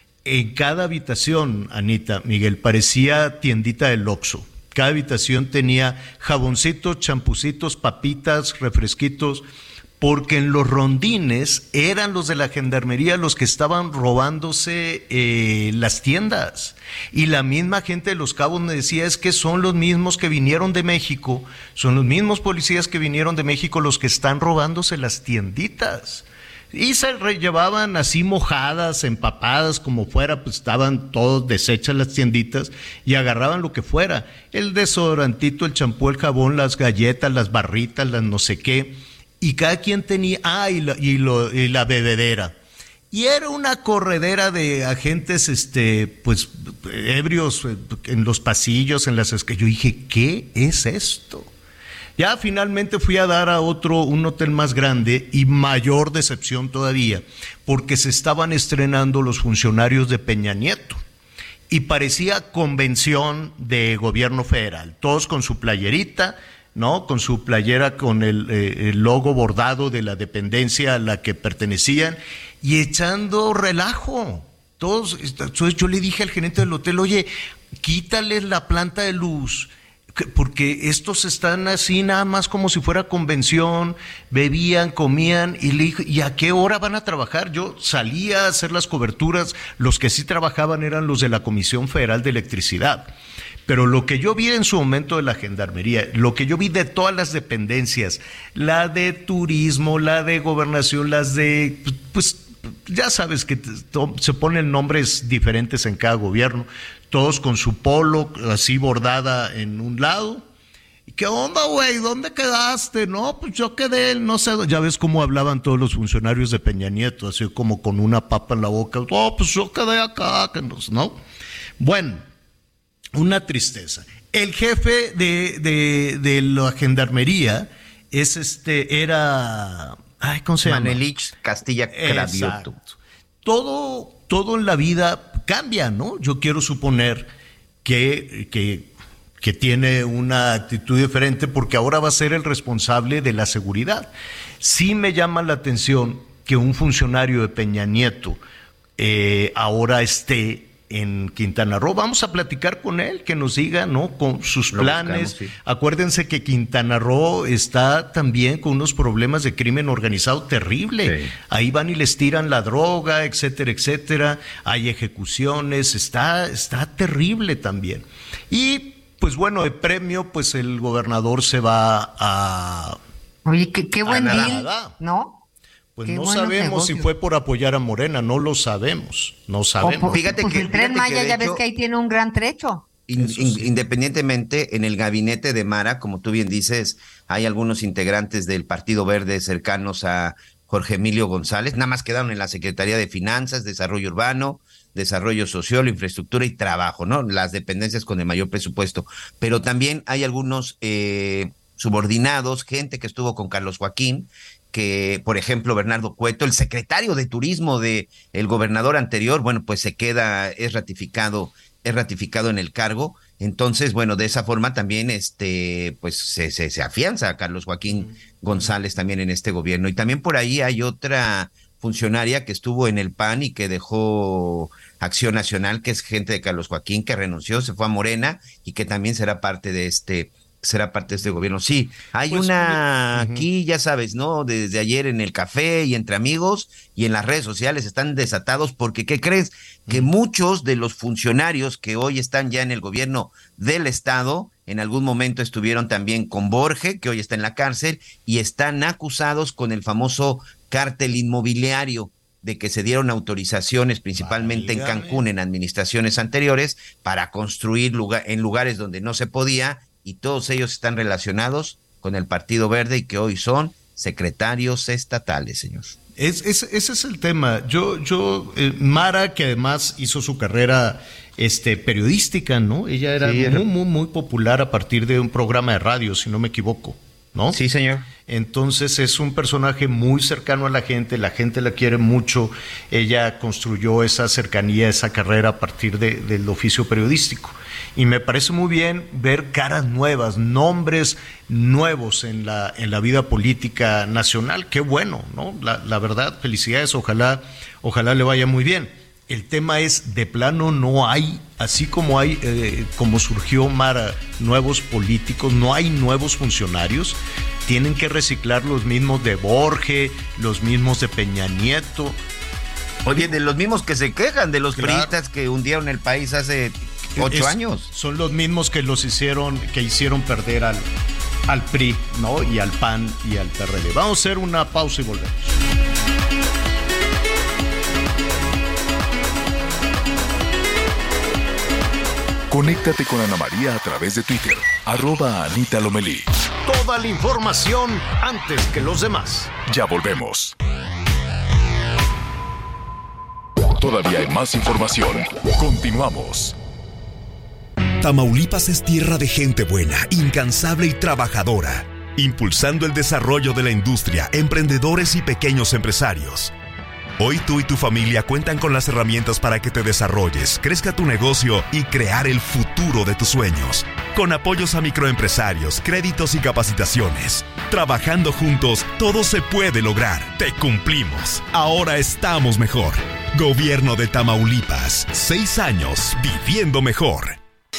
en cada habitación, Anita, Miguel, parecía tiendita del Oxxo. Cada habitación tenía jaboncitos, champucitos, papitas, refresquitos, porque en los rondines eran los de la gendarmería los que estaban robándose eh, las tiendas. Y la misma gente de Los Cabos me decía, es que son los mismos que vinieron de México, son los mismos policías que vinieron de México los que están robándose las tienditas. Y se llevaban así mojadas, empapadas, como fuera, pues estaban todos deshechas las tienditas y agarraban lo que fuera, el desodorantito, el champú, el jabón, las galletas, las barritas, las no sé qué, y cada quien tenía, ah, y la, y lo, y la bebedera. Y era una corredera de agentes, este, pues, ebrios en los pasillos, en las escaleras. Yo dije, ¿qué es esto? Ya finalmente fui a dar a otro, un hotel más grande y mayor decepción todavía, porque se estaban estrenando los funcionarios de Peña Nieto. Y parecía convención de gobierno federal, todos con su playerita, ¿no? Con su playera con el, eh, el logo bordado de la dependencia a la que pertenecían y echando relajo. Todos, entonces yo le dije al gerente del hotel, oye, quítales la planta de luz, porque estos están así nada más como si fuera convención, bebían, comían, y le dije, ¿y a qué hora van a trabajar? Yo salía a hacer las coberturas, los que sí trabajaban eran los de la Comisión Federal de Electricidad, pero lo que yo vi en su momento de la Gendarmería, lo que yo vi de todas las dependencias, la de turismo, la de gobernación, las de, pues, ya sabes que se ponen nombres diferentes en cada gobierno, todos con su polo así bordada en un lado. ¿Qué onda, güey? ¿Dónde quedaste? No, pues yo quedé, no sé, ya ves cómo hablaban todos los funcionarios de Peña Nieto, así como con una papa en la boca. Oh, pues yo quedé acá, ¿no? Bueno, una tristeza. El jefe de, de, de la Gendarmería es este, era... Ay, ¿cómo se llama? Manelich Castilla Cravioto. Todo, todo en la vida cambia, ¿no? Yo quiero suponer que, que, que tiene una actitud diferente porque ahora va a ser el responsable de la seguridad. Sí me llama la atención que un funcionario de Peña Nieto eh, ahora esté en Quintana Roo. Vamos a platicar con él, que nos diga, ¿no? Con sus Lo planes. Buscamos, sí. Acuérdense que Quintana Roo está también con unos problemas de crimen organizado terrible. Sí. Ahí van y les tiran la droga, etcétera, etcétera. Hay ejecuciones, está, está terrible también. Y, pues bueno, el premio, pues el gobernador se va a... Oye, qué, qué buen deal, ¿no? Pues Qué no sabemos negocios. Si fue por apoyar a Morena, no lo sabemos, no sabemos. Por, fíjate pues que el Tren Maya ya ves que ahí tiene un gran trecho. In, in, independientemente, en el gabinete de Mara, como tú bien dices, hay algunos integrantes del Partido Verde cercanos a Jorge Emilio González, nada más quedaron en la Secretaría de Finanzas, Desarrollo Urbano, Desarrollo Social, Infraestructura y Trabajo, ¿no? Las dependencias con el mayor presupuesto. Pero también hay algunos eh, subordinados, gente que estuvo con Carlos Joaquín, que, por ejemplo, Bernardo Cueto, el secretario de Turismo de el gobernador anterior, bueno, pues se queda, es ratificado, es ratificado en el cargo. Entonces, bueno, de esa forma también, este, pues se, se, se afianza a Carlos Joaquín González también en este gobierno. Y también por ahí hay otra funcionaria que estuvo en el P A N y que dejó Acción Nacional, que es gente de Carlos Joaquín, que renunció, se fue a Morena y que también será parte de este será parte de este gobierno. Sí, hay pues, una uh-huh. aquí, ya sabes, ¿no? Desde ayer en el café y entre amigos y en las redes sociales están desatados porque, ¿qué crees? Que uh-huh. muchos de los funcionarios que hoy están ya en el gobierno del estado, en algún momento estuvieron también con Borge, que hoy está en la cárcel, y están acusados con el famoso cártel inmobiliario, de que se dieron autorizaciones principalmente Válgame. en Cancún en administraciones anteriores para construir lugar, en lugares donde no se podía, y todos ellos están relacionados con el Partido Verde y que hoy son secretarios estatales, señor. Es, es, ese es el tema. Yo, yo, eh, Mara, que además hizo su carrera este, periodística, ¿no? Ella era sí, muy, muy, muy popular a partir de un programa de radio, si no me equivoco, ¿no? Sí, señor. Entonces es un personaje muy cercano a la gente, la gente la quiere mucho. Ella construyó esa cercanía, esa carrera a partir de, del oficio periodístico. Y me parece muy bien ver caras nuevas, nombres nuevos en la, en la vida política nacional. Qué bueno, ¿no? La, la verdad, felicidades, ojalá, ojalá le vaya muy bien. El tema es, de plano no hay, así como hay, eh, como surgió Mara, nuevos políticos, no hay nuevos funcionarios. Tienen que reciclar los mismos de Borge, los mismos de Peña Nieto. Oye, de los mismos que se quejan, de los claro. priistas que hundieron el país hace ocho es, años. Son los mismos que los hicieron, que hicieron perder al, al P R I, ¿no? Y al P A N y al P R D. Vamos a hacer una pausa y volvemos. Conéctate con Ana María a través de Twitter, arroba Anita Lomelí. Toda la información antes que los demás. Ya volvemos. Todavía hay más información. Continuamos. Tamaulipas es tierra de gente buena, incansable y trabajadora. impulsando el desarrollo de la industria, emprendedores y pequeños empresarios. Hoy tú y tu familia cuentan con las herramientas para que te desarrolles, crezca tu negocio y crear el futuro de tus sueños. Con apoyos a microempresarios, créditos y capacitaciones. Trabajando juntos, todo se puede lograr. Te cumplimos. Ahora estamos mejor. Gobierno de Tamaulipas. Seis años viviendo mejor.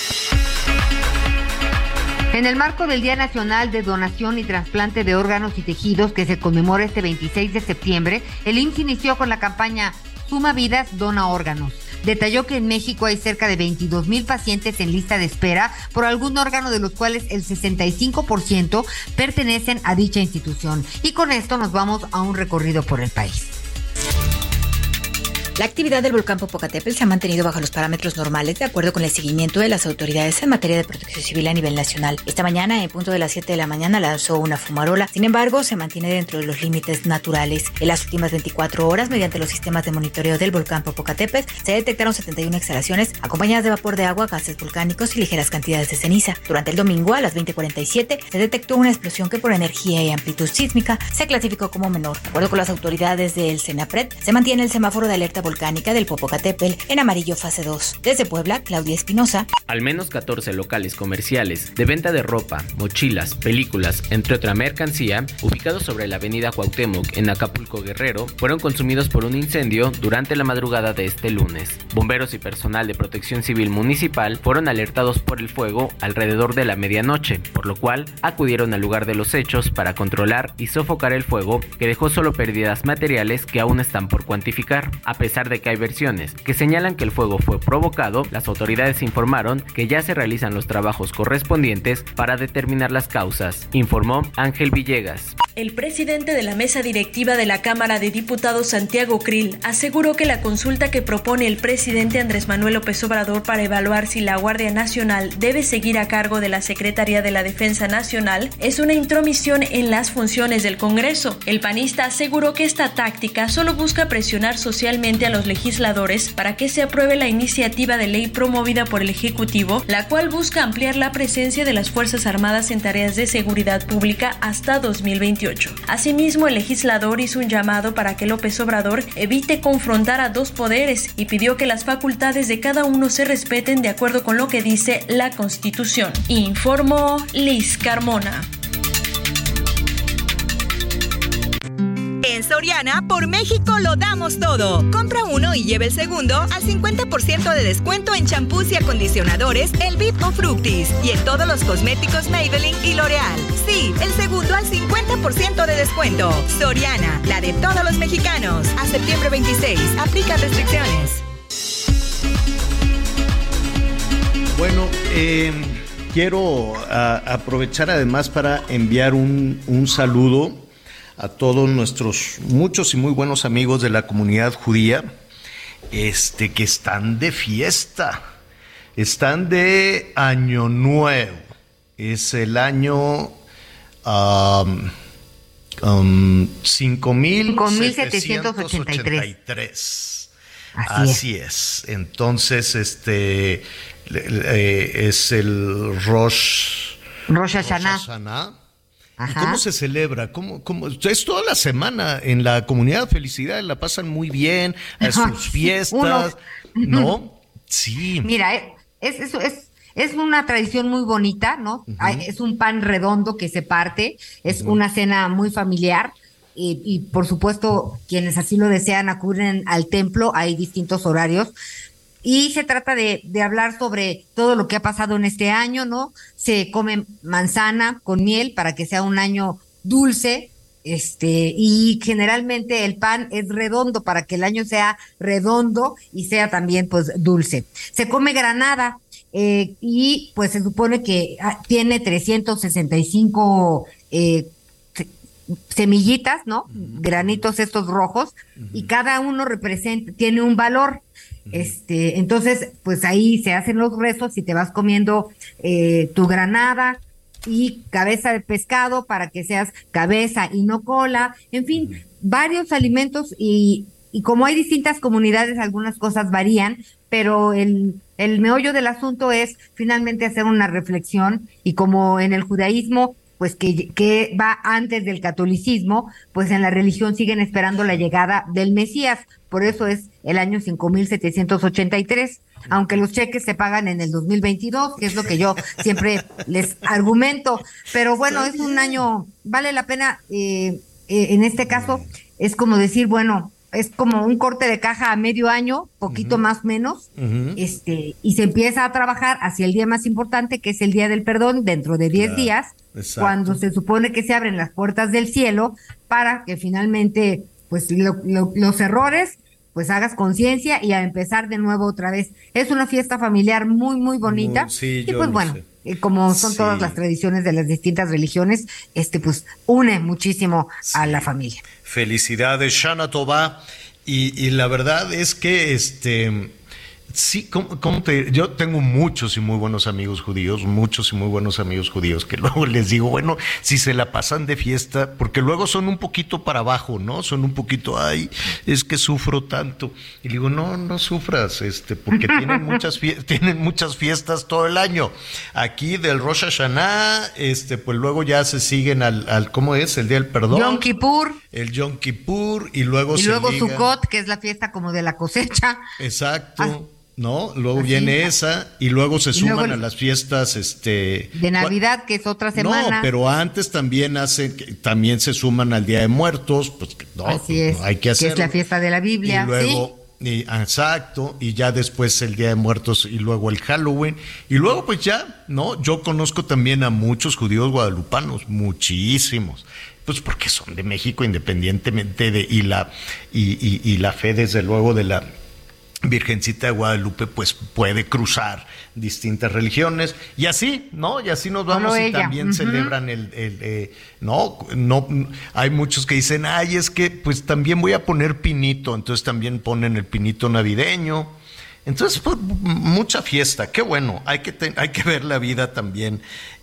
En el marco del Día Nacional de Donación y Trasplante de Órganos y Tejidos, que se conmemora este veintiséis de septiembre, el I M S S inició con la campaña Suma Vidas, Dona Órganos. Detalló que en México hay cerca de veintidós mil pacientes en lista de espera por algún órgano, de los cuales el sesenta y cinco por ciento pertenecen a dicha institución. Y con esto nos vamos a un recorrido por el país. La actividad del volcán Popocatépetl se ha mantenido bajo los parámetros normales de acuerdo con el seguimiento de las autoridades en materia de protección civil a nivel nacional. Esta mañana, en punto de las siete de la mañana, lanzó una fumarola. Sin embargo, se mantiene dentro de los límites naturales. En las últimas veinticuatro horas, mediante los sistemas de monitoreo del volcán Popocatépetl, se detectaron setenta y una exhalaciones acompañadas de vapor de agua, gases volcánicos y ligeras cantidades de ceniza. Durante el domingo, a las veinte cuarenta y siete, se detectó una explosión que por energía y amplitud sísmica se clasificó como menor. De acuerdo con las autoridades del CENAPRED, se mantiene el semáforo de alerta volcánica del Popocatépetl en amarillo fase dos. Desde Puebla, Claudia Espinosa. Al menos catorce locales comerciales de venta de ropa, mochilas, películas, entre otra mercancía, ubicados sobre la avenida Cuauhtémoc en Acapulco, Guerrero, fueron consumidos por un incendio durante la madrugada de este lunes. Bomberos y personal de Protección Civil Municipal fueron alertados por el fuego alrededor de la medianoche, por lo cual acudieron al lugar de los hechos para controlar y sofocar el fuego, que dejó solo pérdidas materiales que aún están por cuantificar. A pesar de que hay versiones que señalan que el fuego fue provocado, las autoridades informaron que ya se realizan los trabajos correspondientes para determinar las causas, informó Ángel Villegas. El presidente de la mesa directiva de la Cámara de Diputados, Santiago Krill, aseguró que la consulta que propone el presidente Andrés Manuel López Obrador para evaluar si la Guardia Nacional debe seguir a cargo de la Secretaría de la Defensa Nacional es una intromisión en las funciones del Congreso. El panista aseguró que esta táctica solo busca presionar socialmente a los legisladores legisladores para que se apruebe la iniciativa de ley promovida por el Ejecutivo, la cual busca ampliar la presencia de las Fuerzas Armadas en tareas de seguridad pública hasta dos mil veintiocho. Asimismo, el legislador hizo un llamado para que López Obrador evite confrontar a dos poderes y pidió que las facultades de cada uno se respeten de acuerdo con lo que dice la Constitución. Informó Liz Carmona. En Soriana, por México lo damos todo. Compra uno y lleve el segundo al cincuenta por ciento de descuento en champús y acondicionadores El V I P o Fructis. Y en todos los cosméticos Maybelline y L'Oreal. Sí, el segundo al cincuenta por ciento de descuento. Soriana, la de todos los mexicanos. A septiembre veintiséis, aplica restricciones. Bueno, eh, quiero a, aprovechar además para enviar un, un saludo a todos nuestros muchos y muy buenos amigos de la comunidad judía, este, que están de fiesta, están de Año Nuevo. Es el año um, um, cinco mil setecientos ochenta y tres. Así, Así es. es. Entonces, este eh, es el Rosh, Rosh Hashanah. Rosh Hashanah. ¿Y cómo se celebra? ¿Cómo, cómo? Es toda la semana en la comunidad. Felicidades, la pasan muy bien, a sus fiestas, ¿no? Sí. Mira, es, es, es, es una tradición muy bonita, ¿no? Uh-huh. Hay, es un pan redondo que se parte, es uh-huh. una cena muy familiar. Y, y por supuesto, quienes así lo desean acuden al templo, hay distintos horarios. Y se trata de, de hablar sobre todo lo que ha pasado en este año, ¿no? Se come manzana con miel para que sea un año dulce, este, y generalmente el pan es redondo para que el año sea redondo y sea también, pues, dulce. Se come granada, eh, y pues se supone que tiene trescientos sesenta y cinco eh, semillitas, ¿no? Uh-huh. Granitos estos rojos, uh-huh. y cada uno representa, tiene un valor. Este, entonces, pues ahí se hacen los rezos y te vas comiendo eh, tu granada y cabeza de pescado para que seas cabeza y no cola, en fin, uh-huh. varios alimentos y, y como hay distintas comunidades, algunas cosas varían, pero el, el meollo del asunto es finalmente hacer una reflexión y como en el judaísmo, pues que, que va antes del catolicismo, pues en la religión siguen esperando la llegada del Mesías, por eso es el año cinco mil setecientos ochenta y tres, aunque los cheques se pagan en el dos mil veintidós, que es lo que yo siempre les argumento, pero bueno, es un año, vale la pena, eh, eh, en este caso, es como decir, bueno, es como un corte de caja a medio año, poquito uh-huh. más o menos, uh-huh. este, y se empieza a trabajar hacia el día más importante, que es el Día del Perdón, dentro de diez claro, días, exacto. cuando se supone que se abren las puertas del cielo para que finalmente, pues, lo, lo, los errores, pues hagas conciencia y a empezar de nuevo otra vez. Es una fiesta familiar muy, muy bonita, muy, sí, y pues bueno, sé. como son sí. todas las tradiciones de las distintas religiones, este pues une muchísimo sí. a la familia. Felicidades, Shana Tova, y, y la verdad es que este sí, ¿cómo, cómo te, yo tengo muchos y muy buenos amigos judíos, muchos y muy buenos amigos judíos que luego les digo, bueno, si se la pasan de fiesta, porque luego son un poquito para abajo, ¿no? Son un poquito, ay, es que sufro tanto. Y digo, no, no sufras, este, porque tienen muchas fiestas, tienen muchas fiestas todo el año. Aquí del Rosh Hashanah, este, pues luego ya se siguen al, al ¿cómo es? El Día del Perdón. Yom Kippur. El Yom Kippur, y luego y se luego ligan. Sukkot, que es la fiesta como de la cosecha. Exacto. Ah. ¿No? Luego Así viene es. esa y luego se y suman luego el, a las fiestas este de Navidad, que es otra semana. No, pero antes también hacen también se suman al Día de Muertos, pues no, Así es, no hay que hacerlo. Que es la fiesta de la Biblia, y luego ¿sí? y, exacto, y ya después el Día de Muertos y luego el Halloween y luego pues ya, ¿no? Yo conozco también a muchos judíos guadalupanos, muchísimos. Pues porque son de México independientemente de y la y, y, y la fe desde luego de la Virgencita de Guadalupe pues puede cruzar distintas religiones y así, ¿no? Y así nos vamos y también uh-huh. celebran el, el eh, no, no, hay muchos que dicen, ay, es que pues también voy a poner pinito, entonces también ponen el pinito navideño. Entonces, pues, mucha fiesta, qué bueno, hay que te, hay que ver la vida también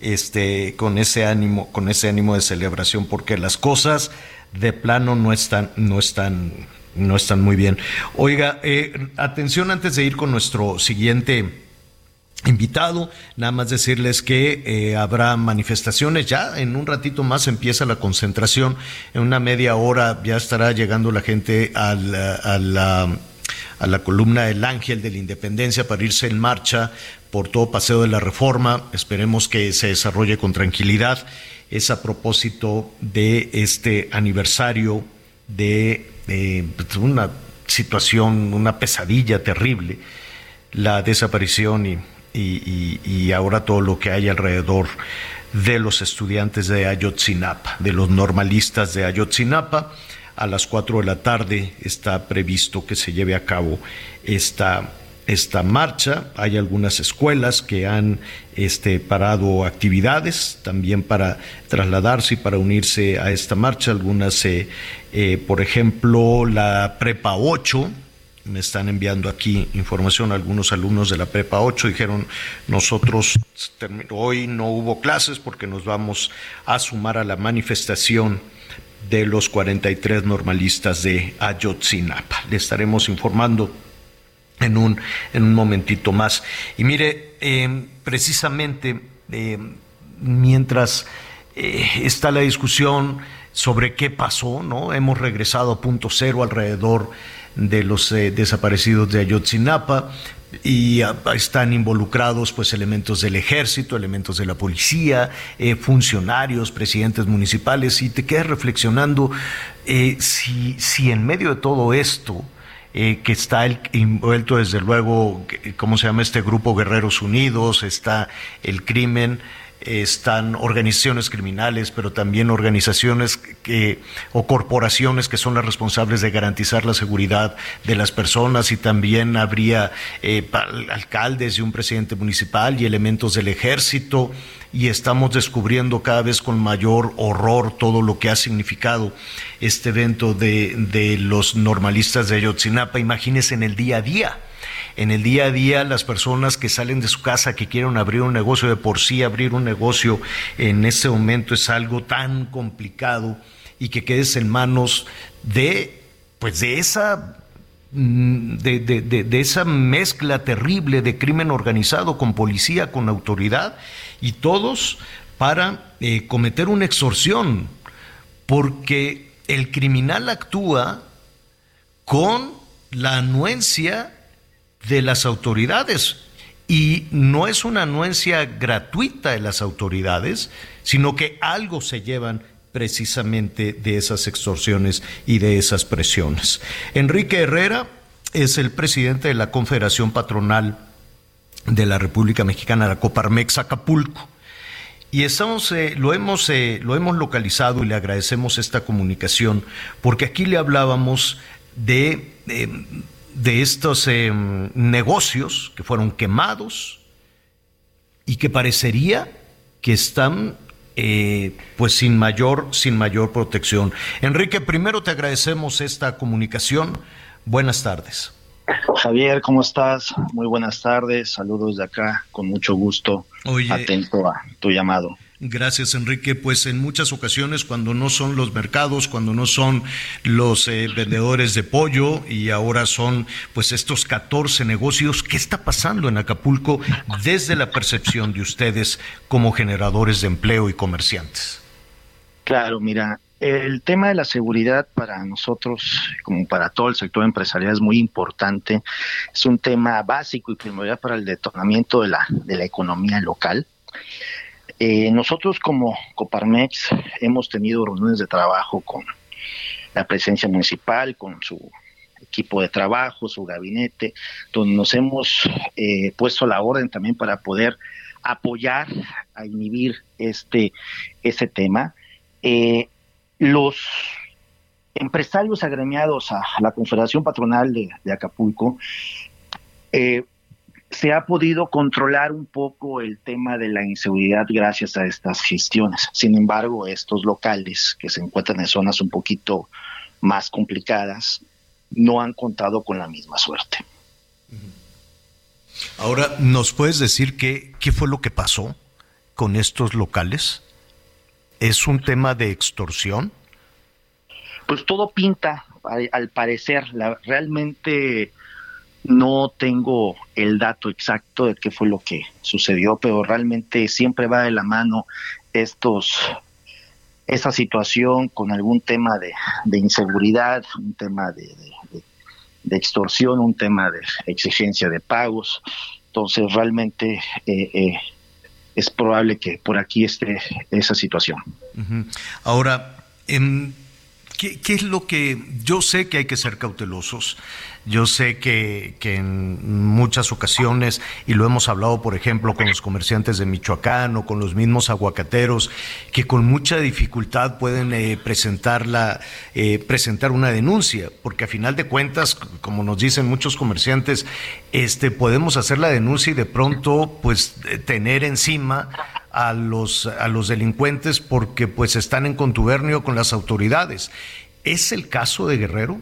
este con ese ánimo, con ese ánimo de celebración, porque las cosas de plano no están, no están No están muy bien. Oiga, eh, atención antes de ir con nuestro siguiente invitado, nada más decirles que eh, habrá manifestaciones, ya en un ratito más empieza la concentración, en una media hora ya estará llegando la gente a la, a la, a la columna del Ángel de la Independencia para irse en marcha por todo Paseo de la Reforma, esperemos que se desarrolle con tranquilidad, es a propósito de este aniversario de Eh, una situación, una pesadilla terrible, la desaparición y, y, y, y ahora todo lo que hay alrededor de los estudiantes de Ayotzinapa, de los normalistas de Ayotzinapa. A las cuatro de la tarde está previsto que se lleve a cabo esta, esta marcha. Hay algunas escuelas que han este, parado actividades también para trasladarse y para unirse a esta marcha. Algunas, eh, eh, por ejemplo, la Prepa ocho, me están enviando aquí información, algunos alumnos de la Prepa ocho dijeron, nosotros hoy no hubo clases porque nos vamos a sumar a la manifestación de los cuarenta y tres normalistas de Ayotzinapa. Le estaremos informando en un, en un momentito más. Y mire, eh, precisamente eh, mientras eh, está la discusión sobre qué pasó, ¿no? Hemos regresado a punto cero alrededor de los eh, desaparecidos de Ayotzinapa y a, están involucrados pues elementos del ejército, elementos de la policía, eh, funcionarios, presidentes municipales, y te quedas reflexionando eh, si, si en medio de todo esto Eh, que está el, envuelto desde luego, ¿cómo se llama este grupo? Guerreros Unidos, está el crimen, eh, están organizaciones criminales, pero también organizaciones que, o corporaciones que son las responsables de garantizar la seguridad de las personas, y también habría eh, alcaldes y un presidente municipal y elementos del ejército, y estamos descubriendo cada vez con mayor horror todo lo que ha significado este evento de, de los normalistas de Ayotzinapa. Imagínense en el día a día, en el día a día las personas que salen de su casa, que quieren abrir un negocio, de por sí abrir un negocio en este momento es algo tan complicado, y que quedes en manos de, pues de esa... De, de, de, de esa mezcla terrible de crimen organizado con policía, con autoridad, y todos para eh, cometer una extorsión, porque el criminal actúa con la anuencia de las autoridades, y no es una anuencia gratuita de las autoridades, sino que algo se llevan precisamente de esas extorsiones y de esas presiones. Enrique Herrera es el presidente de la Confederación Patronal de la República Mexicana, la Coparmex Acapulco, y estamos, eh, lo hemos, eh, lo hemos localizado y le agradecemos esta comunicación, porque aquí le hablábamos de, de, de estos eh, negocios que fueron quemados y que parecería que están eh, pues sin mayor, sin mayor protección. Enrique, primero te agradecemos esta comunicación. Buenas tardes. Javier, ¿cómo estás? Muy buenas tardes, saludos de acá, con mucho gusto, Oye, atento a tu llamado. Gracias, Enrique. Pues en muchas ocasiones, cuando no son los mercados, cuando no son los eh, vendedores de pollo, y ahora son pues estos catorce negocios, ¿qué está pasando en Acapulco desde la percepción de ustedes como generadores de empleo y comerciantes? Claro, mira, el tema de la seguridad para nosotros, como para todo el sector empresarial, es muy importante. Es un tema básico y primordial para el detonamiento de la, de la economía local. Eh, nosotros como Coparmex hemos tenido reuniones de trabajo con la presidencia municipal, con su equipo de trabajo, su gabinete, donde nos hemos eh, puesto a la orden también para poder apoyar a inhibir este, este tema. Eh, Los empresarios agremiados a la Confederación Patronal de, de Acapulco, eh, se ha podido controlar un poco el tema de la inseguridad gracias a estas gestiones. Sin embargo, estos locales que se encuentran en zonas un poquito más complicadas no han contado con la misma suerte. Ahora, ¿nos puedes decir qué, qué fue lo que pasó con estos locales? ¿Es un tema de extorsión? Pues todo pinta, al, al parecer. La, realmente no tengo el dato exacto de qué fue lo que sucedió, pero realmente siempre va de la mano estos, esa situación con algún tema de, de inseguridad, un tema de, de, de, de extorsión, un tema de exigencia de pagos. Entonces realmente eh, eh, es probable que por aquí esté esa situación. Uh-huh. Ahora, en, ¿qué, ¿qué es lo que...? Yo sé que hay que ser cautelosos, yo sé que, que en muchas ocasiones, y lo hemos hablado, por ejemplo, con los comerciantes de Michoacán o con los mismos aguacateros, que con mucha dificultad pueden eh, presentar, la, eh, presentar una denuncia, porque a final de cuentas, como nos dicen muchos comerciantes, este, podemos hacer la denuncia y de pronto pues tener encima a los, a los delincuentes porque pues están en contubernio con las autoridades. ¿Es el caso de Guerrero?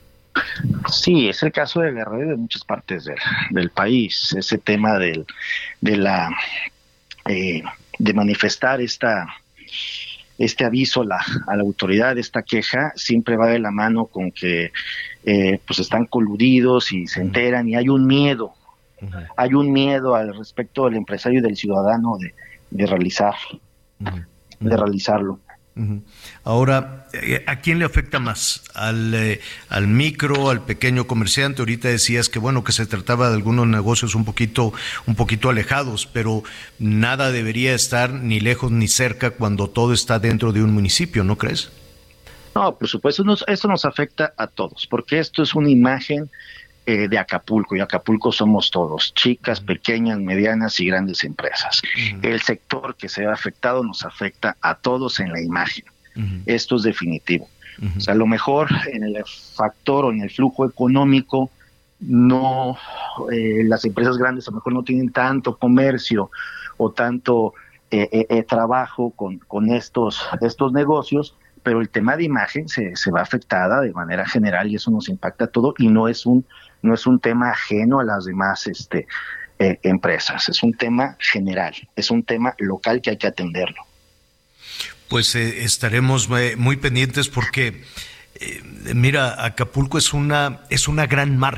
Sí, es el caso de Guerrero y de muchas partes del, del país. Ese tema del, de la eh, de manifestar esta este aviso la, a la autoridad, esta queja, siempre va de la mano con que eh, pues están coludidos y se enteran, y hay un miedo, uh-huh. hay un miedo al respecto del empresario y del ciudadano de, de realizar, uh-huh. de realizarlo. Uh-huh. Ahora, ¿a quién le afecta más? ¿Al, eh, al micro, al pequeño comerciante? Ahorita decías que bueno, que se trataba de algunos negocios un poquito, un poquito alejados, pero nada debería estar ni lejos ni cerca cuando todo está dentro de un municipio, ¿no crees? No, por supuesto, nos, eso nos afecta a todos, porque esto es una imagen eh, de Acapulco, y Acapulco somos todos, chicas, pequeñas, medianas y grandes empresas. Uh-huh. El sector que se ha afectado nos afecta a todos en la imagen. Uh-huh. Esto es definitivo. Uh-huh. O sea, a lo mejor en el factor o en el flujo económico, no, eh, las empresas grandes a lo mejor no tienen tanto comercio o tanto eh, eh, eh, trabajo con, con estos, estos negocios, pero el tema de imagen se, se va afectada de manera general y eso nos impacta a todo, y no es un no es un tema ajeno a las demás este, eh, empresas, es un tema general, es un tema local que hay que atenderlo. Pues eh, estaremos eh, muy pendientes porque, eh, mira, Acapulco es una, es una gran marca.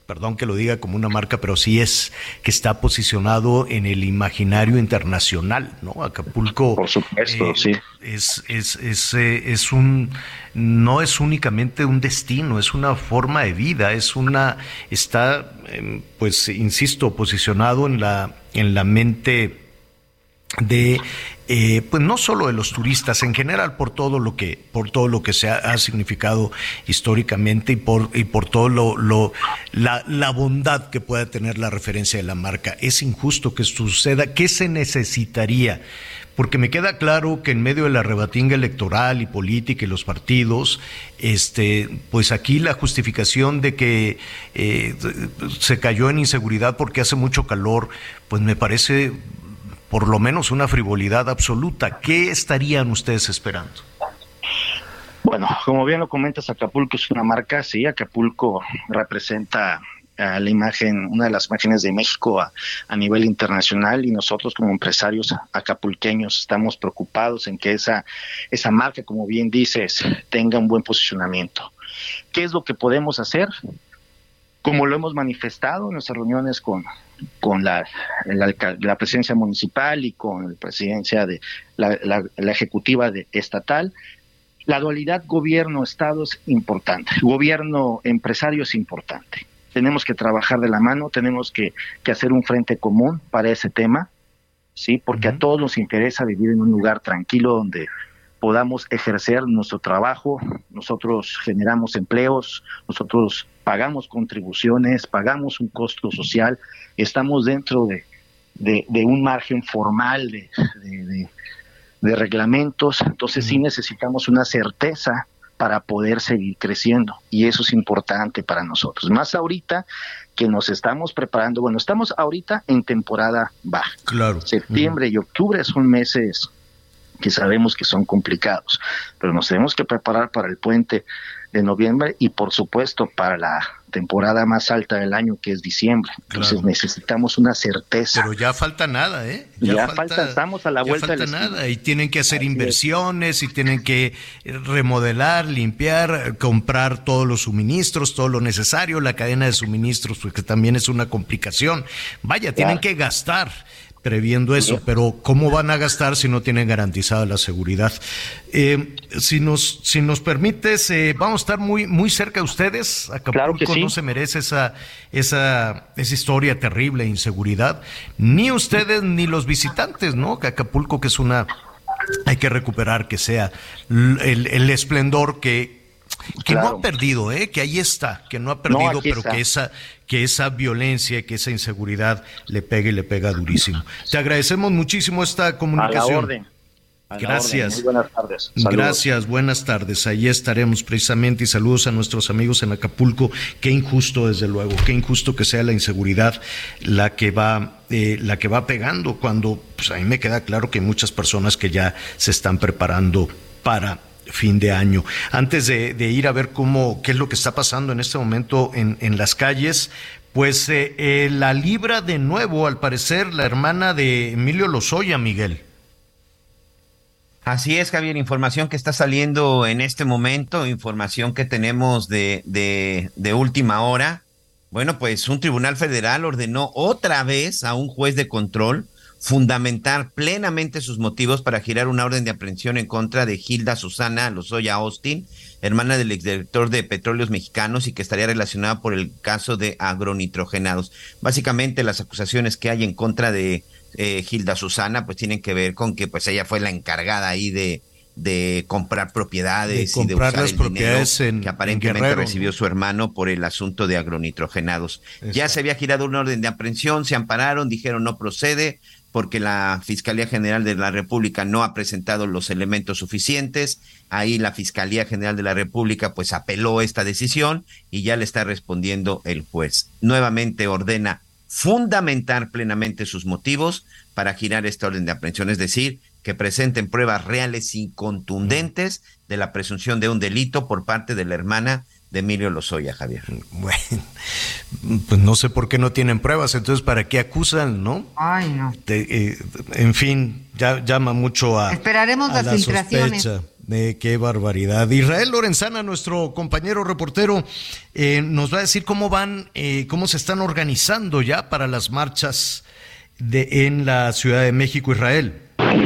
perdón que lo diga como una marca, pero sí es que está posicionado en el imaginario internacional, ¿no? Acapulco, por supuesto, eh, sí. Es, es, es, eh, es un, no es únicamente un destino, es una forma de vida, es una, está, eh, pues, insisto, posicionado en la, en la mente de eh, pues no solo de los turistas, en general por todo lo que por todo lo que se ha, ha significado históricamente y por y por todo lo, lo la, la bondad que pueda tener la referencia de la marca. Es injusto que esto suceda. ¿Qué se necesitaría? Porque me queda claro que en medio de la rebatinga electoral y política y los partidos, este, pues aquí la justificación de que eh, se cayó en inseguridad porque hace mucho calor, pues me parece por lo menos una frivolidad absoluta. ¿Qué estarían ustedes esperando? Bueno, como bien lo comentas, Acapulco es una marca, sí, Acapulco representa a la imagen, una de las imágenes de México a, a nivel internacional, y nosotros como empresarios acapulqueños estamos preocupados en que esa, esa marca, como bien dices, tenga un buen posicionamiento. ¿Qué es lo que podemos hacer? Como lo hemos manifestado en nuestras reuniones con, con la, la, la presidencia municipal y con la presidencia de la, la, la ejecutiva de, estatal, la dualidad gobierno-estado es importante, gobierno-empresario es importante. Tenemos que trabajar de la mano, tenemos que, que hacer un frente común para ese tema, sí, porque uh-huh. a todos nos interesa vivir en un lugar tranquilo donde podamos ejercer nuestro trabajo. Nosotros generamos empleos, nosotros pagamos contribuciones, pagamos un costo social, estamos dentro de, de, de un margen formal de, de, de, de reglamentos, entonces sí necesitamos una certeza para poder seguir creciendo, y eso es importante para nosotros, más ahorita que nos estamos preparando. Bueno, estamos ahorita en temporada baja. Claro. Septiembre uh-huh. y octubre son meses que sabemos que son complicados, pero nos tenemos que preparar para el puente de noviembre y por supuesto para la temporada más alta del año, que es diciembre. Entonces claro. necesitamos una certeza. Pero ya falta nada, ¿eh? Ya, ya falta, falta, estamos a la vuelta de la esquina. Nada, y tienen que hacer Así inversiones es. y tienen que remodelar, limpiar, comprar todos los suministros, todo lo necesario, la cadena de suministros, porque también es una complicación. Vaya, claro. tienen que gastar previendo eso, pero ¿cómo van a gastar si no tienen garantizada la seguridad? Eh, si nos si nos permites, eh, vamos a estar muy muy cerca de ustedes. Acapulco claro que sí. no se merece esa esa esa historia terrible de inseguridad, ni ustedes ni los visitantes, ¿no? Que Acapulco, que es una, hay que recuperar que sea el, el esplendor que que claro. no ha perdido, eh, que ahí está, que no ha perdido, no, pero está. que esa que esa violencia, que esa inseguridad le pega y le pega durísimo. Te agradecemos muchísimo esta comunicación. A la orden. A Gracias. La orden. Muy buenas tardes. Saludos. Gracias, buenas tardes. Ahí estaremos precisamente, y saludos a nuestros amigos en Acapulco. Qué injusto, desde luego, qué injusto que sea la inseguridad la que va eh, la que va pegando, cuando pues a mí me queda claro que hay muchas personas que ya se están preparando para fin de año. Antes de, de ir a ver cómo, qué es lo que está pasando en este momento en, en las calles, pues eh, eh, la libra de nuevo, al parecer, la hermana de Emilio Lozoya, Miguel. Así es, Javier, información que está saliendo en este momento, información que tenemos de, de, de última hora. Bueno, pues un tribunal federal ordenó otra vez a un juez de control fundamentar plenamente sus motivos para girar una orden de aprehensión en contra de Hilda Susana Lozoya Austin, hermana del exdirector de Petróleos Mexicanos y que estaría relacionada por el caso de agronitrogenados. Básicamente las acusaciones que hay en contra de eh, Hilda Susana pues tienen que ver con que pues ella fue la encargada ahí de de comprar propiedades de comprar y de usar las el propiedades dinero en, que aparentemente en recibió su hermano por el asunto de agronitrogenados. Exacto. Ya se había girado una orden de aprehensión, se ampararon, dijeron no procede porque la Fiscalía General de la República no ha presentado los elementos suficientes. Ahí la Fiscalía General de la República pues apeló esta decisión y ya le está respondiendo el juez. Nuevamente ordena fundamentar plenamente sus motivos para girar esta orden de aprehensión, es decir, que presenten pruebas reales y contundentes de la presunción de un delito por parte de la hermana de Emilio Lozoya, Javier. Bueno, pues no sé por qué no tienen pruebas, entonces ¿para qué acusan, no? Ay, no. De, eh, en fin, ya llama mucho a Esperaremos a las la filtraciones. sospecha. Eh, qué barbaridad. Israel Lorenzana, nuestro compañero reportero, eh, nos va a decir cómo van, eh, cómo se están organizando ya para las marchas de en la Ciudad de México. Israel.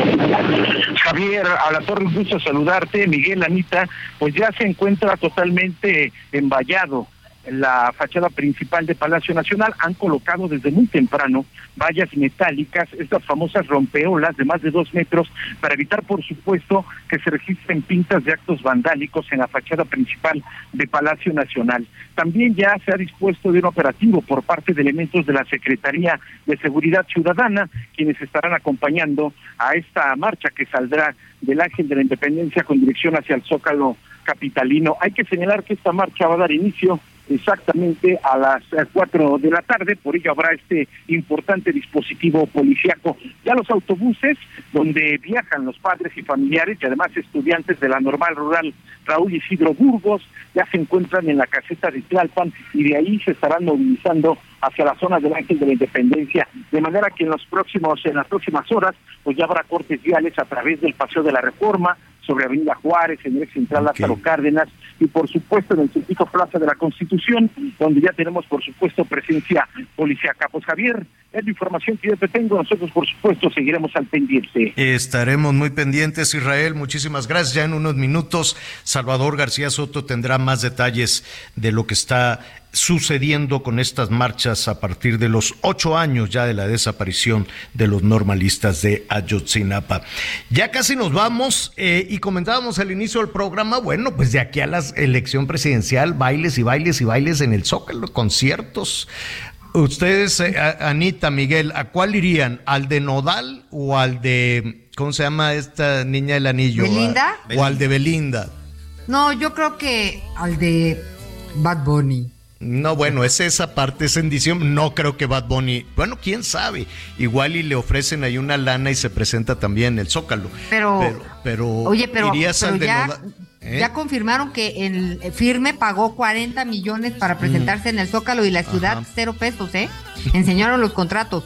Javier Alatorre, un gusto saludarte. Miguel, Anita, pues ya se encuentra totalmente envallado la fachada principal de Palacio Nacional. Han colocado desde muy temprano vallas metálicas, estas famosas rompeolas de más de dos metros, para evitar, por supuesto, que se registren pintas de actos vandálicos en la fachada principal de Palacio Nacional. También ya se ha dispuesto de un operativo por parte de elementos de la Secretaría de Seguridad Ciudadana, quienes estarán acompañando a esta marcha que saldrá del Ángel de la Independencia con dirección hacia el Zócalo capitalino. Hay que señalar que esta marcha va a dar inicio exactamente a las cuatro de la tarde, por ello habrá este importante dispositivo policiaco. Ya los autobuses donde viajan los padres y familiares y además estudiantes de la Normal Rural Raúl Isidro Burgos ya se encuentran en la caseta de Tlalpan y de ahí se estarán movilizando hacia la zona del Ángel de la Independencia, de manera que en los próximos, en las próximas horas, pues ya habrá cortes viales a través del Paseo de la Reforma, sobre Avenida Juárez, en el eje central Lázaro okay. Cárdenas, y por supuesto en el circuito Plaza de la Constitución, donde ya tenemos por supuesto presencia policíaca. Pues Javier, es la información que yo te tengo, nosotros por supuesto seguiremos al pendiente. Estaremos muy pendientes, Israel, muchísimas gracias. Ya en unos minutos Salvador García Soto tendrá más detalles de lo que está sucediendo con estas marchas a partir de los ocho años ya de la desaparición de los normalistas de Ayotzinapa. Ya casi nos vamos eh, y comentábamos al inicio del programa, bueno, pues de aquí a la elección presidencial, bailes y bailes y bailes en el Zócalo, conciertos. Ustedes, eh, Anita, Miguel, ¿a cuál irían? ¿Al de Nodal o al de, ¿cómo se llama esta niña del anillo? ¿Belinda? ¿A, o al de Belinda? No, yo creo que al de Bad Bunny. No, bueno, es esa parte, es en diciembre. No creo que Bad Bunny, bueno, quién sabe, igual y le ofrecen ahí una lana y se presenta también en el Zócalo. Pero, pero, pero oye, pero, irías pero al de ya, Noda, ¿eh? ya confirmaron que el Firme pagó cuarenta millones para presentarse mm. en el Zócalo y la ciudad Ajá. cero pesos, ¿eh? Enseñaron los contratos.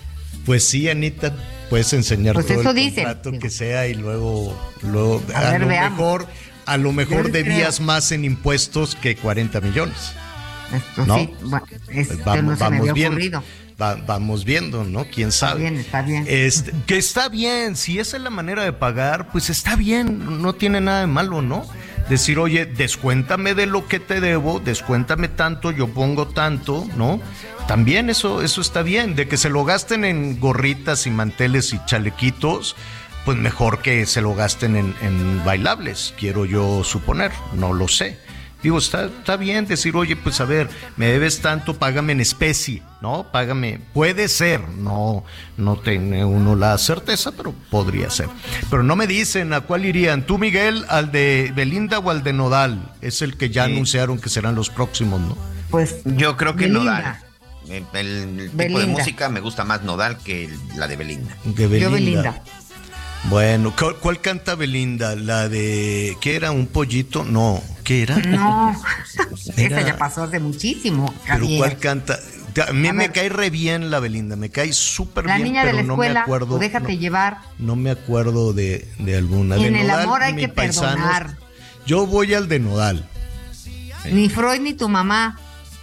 Pues sí, Anita, puedes enseñar pues todo eso el dice. contrato que sea y luego, luego a, a ver, lo veamos. mejor, a lo mejor Yo debías creo. más en impuestos que cuarenta millones. Esto ¿no? sí, bueno, esto pues vamos, no se vamos me había viendo, ocurrido. Va, vamos viendo, ¿no? ¿Quién sabe? Está bien, está bien. Este, que está bien, si esa es la manera de pagar, pues está bien, no tiene nada de malo, ¿no? Decir, oye, descuéntame de lo que te debo, descuéntame tanto, yo pongo tanto, ¿no? También eso, eso está bien, de que se lo gasten en gorritas y manteles y chalequitos, pues mejor que se lo gasten en, en bailables, quiero yo suponer, no lo sé. Digo, está, está bien decir, oye, pues a ver, me debes tanto, págame en especie, ¿no? Págame, puede ser, no, no tiene uno la certeza, pero podría ser. Pero no me dicen a cuál irían. Tú, Miguel, al de Belinda o al de Nodal, es el que ya sí. anunciaron que serán los próximos, ¿no? Pues yo creo que Belinda. Nodal. El, el tipo Belinda. de música me gusta más Nodal que la de Belinda. De Belinda. Yo Belinda. Bueno, ¿cuál, ¿cuál canta Belinda? La de, ¿qué era? ¿Un pollito? No, ¿qué era? No, era... esa ya pasó hace muchísimo, Javier. ¿Pero cuál canta? A mí a me ver. cae re bien la Belinda, me cae súper bien, niña pero de la no escuela, me acuerdo. O déjate no, llevar. No me acuerdo de, de alguna. En de el Nodal, amor hay que paisanos, perdonar. Yo voy al de Nodal. Ni Freud ni tu mamá.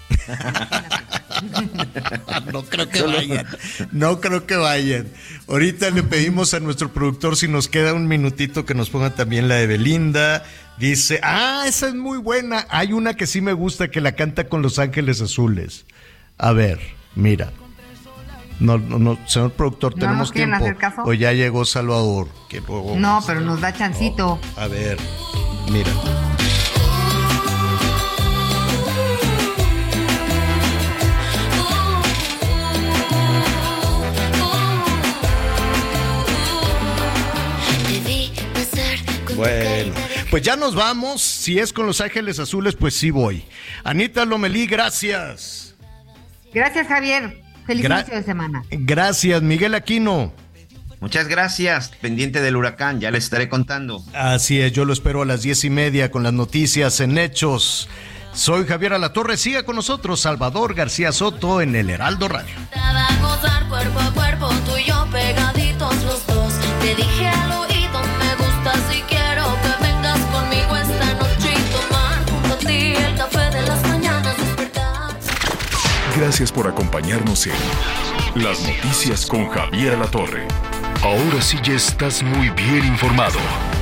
No creo que vayan, no creo que vayan. Ahorita le pedimos a nuestro productor si nos queda un minutito que nos ponga también la de Belinda. Dice, ah, esa es muy buena. Hay una que sí me gusta que la canta con Los Ángeles Azules. A ver, mira. No, no, no señor productor, ¿No tenemos nos quieren tiempo. hacer caso? O ya llegó Salvador. Que luego, no, pero nos da chancito. Oh, a ver, mira. Bueno, pues ya nos vamos. Si es con Los Ángeles Azules, pues sí voy. Anita Lomelí, gracias. Gracias, Javier. Feliz Gra- inicio de semana. Gracias, Miguel Aquino. Muchas gracias. Pendiente del huracán, ya les estaré contando. Así es, yo lo espero a las diez y media con las noticias en Hechos. Soy Javier Alatorre. Siga con nosotros Salvador García Soto en el Heraldo Radio. Gozar cuerpo a cuerpo, tú y yo pegaditos los dos. Te dije al oído, me gusta si quiero que venga. Gracias por acompañarnos en Las Noticias con Javier Alatorre. Ahora sí ya estás muy bien informado.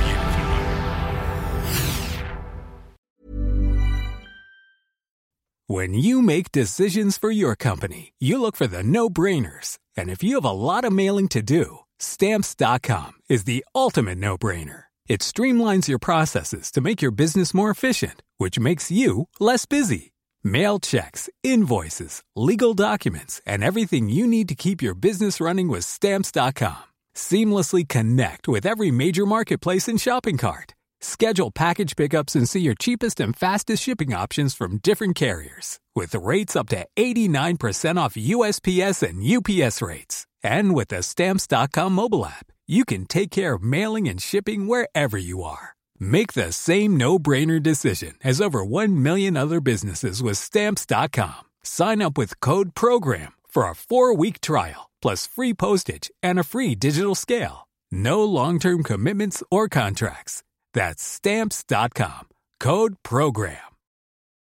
When you make decisions for your company, you look for the no-brainers. And if you have a lot of mailing to do, Stamps dot com is the ultimate no-brainer. It streamlines your processes to make your business more efficient, which makes you less busy. Mail checks, invoices, legal documents, and everything you need to keep your business running with Stamps dot com. Seamlessly connect with every major marketplace and shopping cart. Schedule package pickups and see your cheapest and fastest shipping options from different carriers, with rates up to eighty-nine percent off U S P S and U P S rates. And with the Stamps dot com mobile app, you can take care of mailing and shipping wherever you are. Make the same no-brainer decision as over one million other businesses with Stamps dot com. Sign up with code PROGRAM for a four-week trial, plus free postage and a free digital scale. No long-term commitments or contracts. That's Stamps dot com. Code PROGRAM.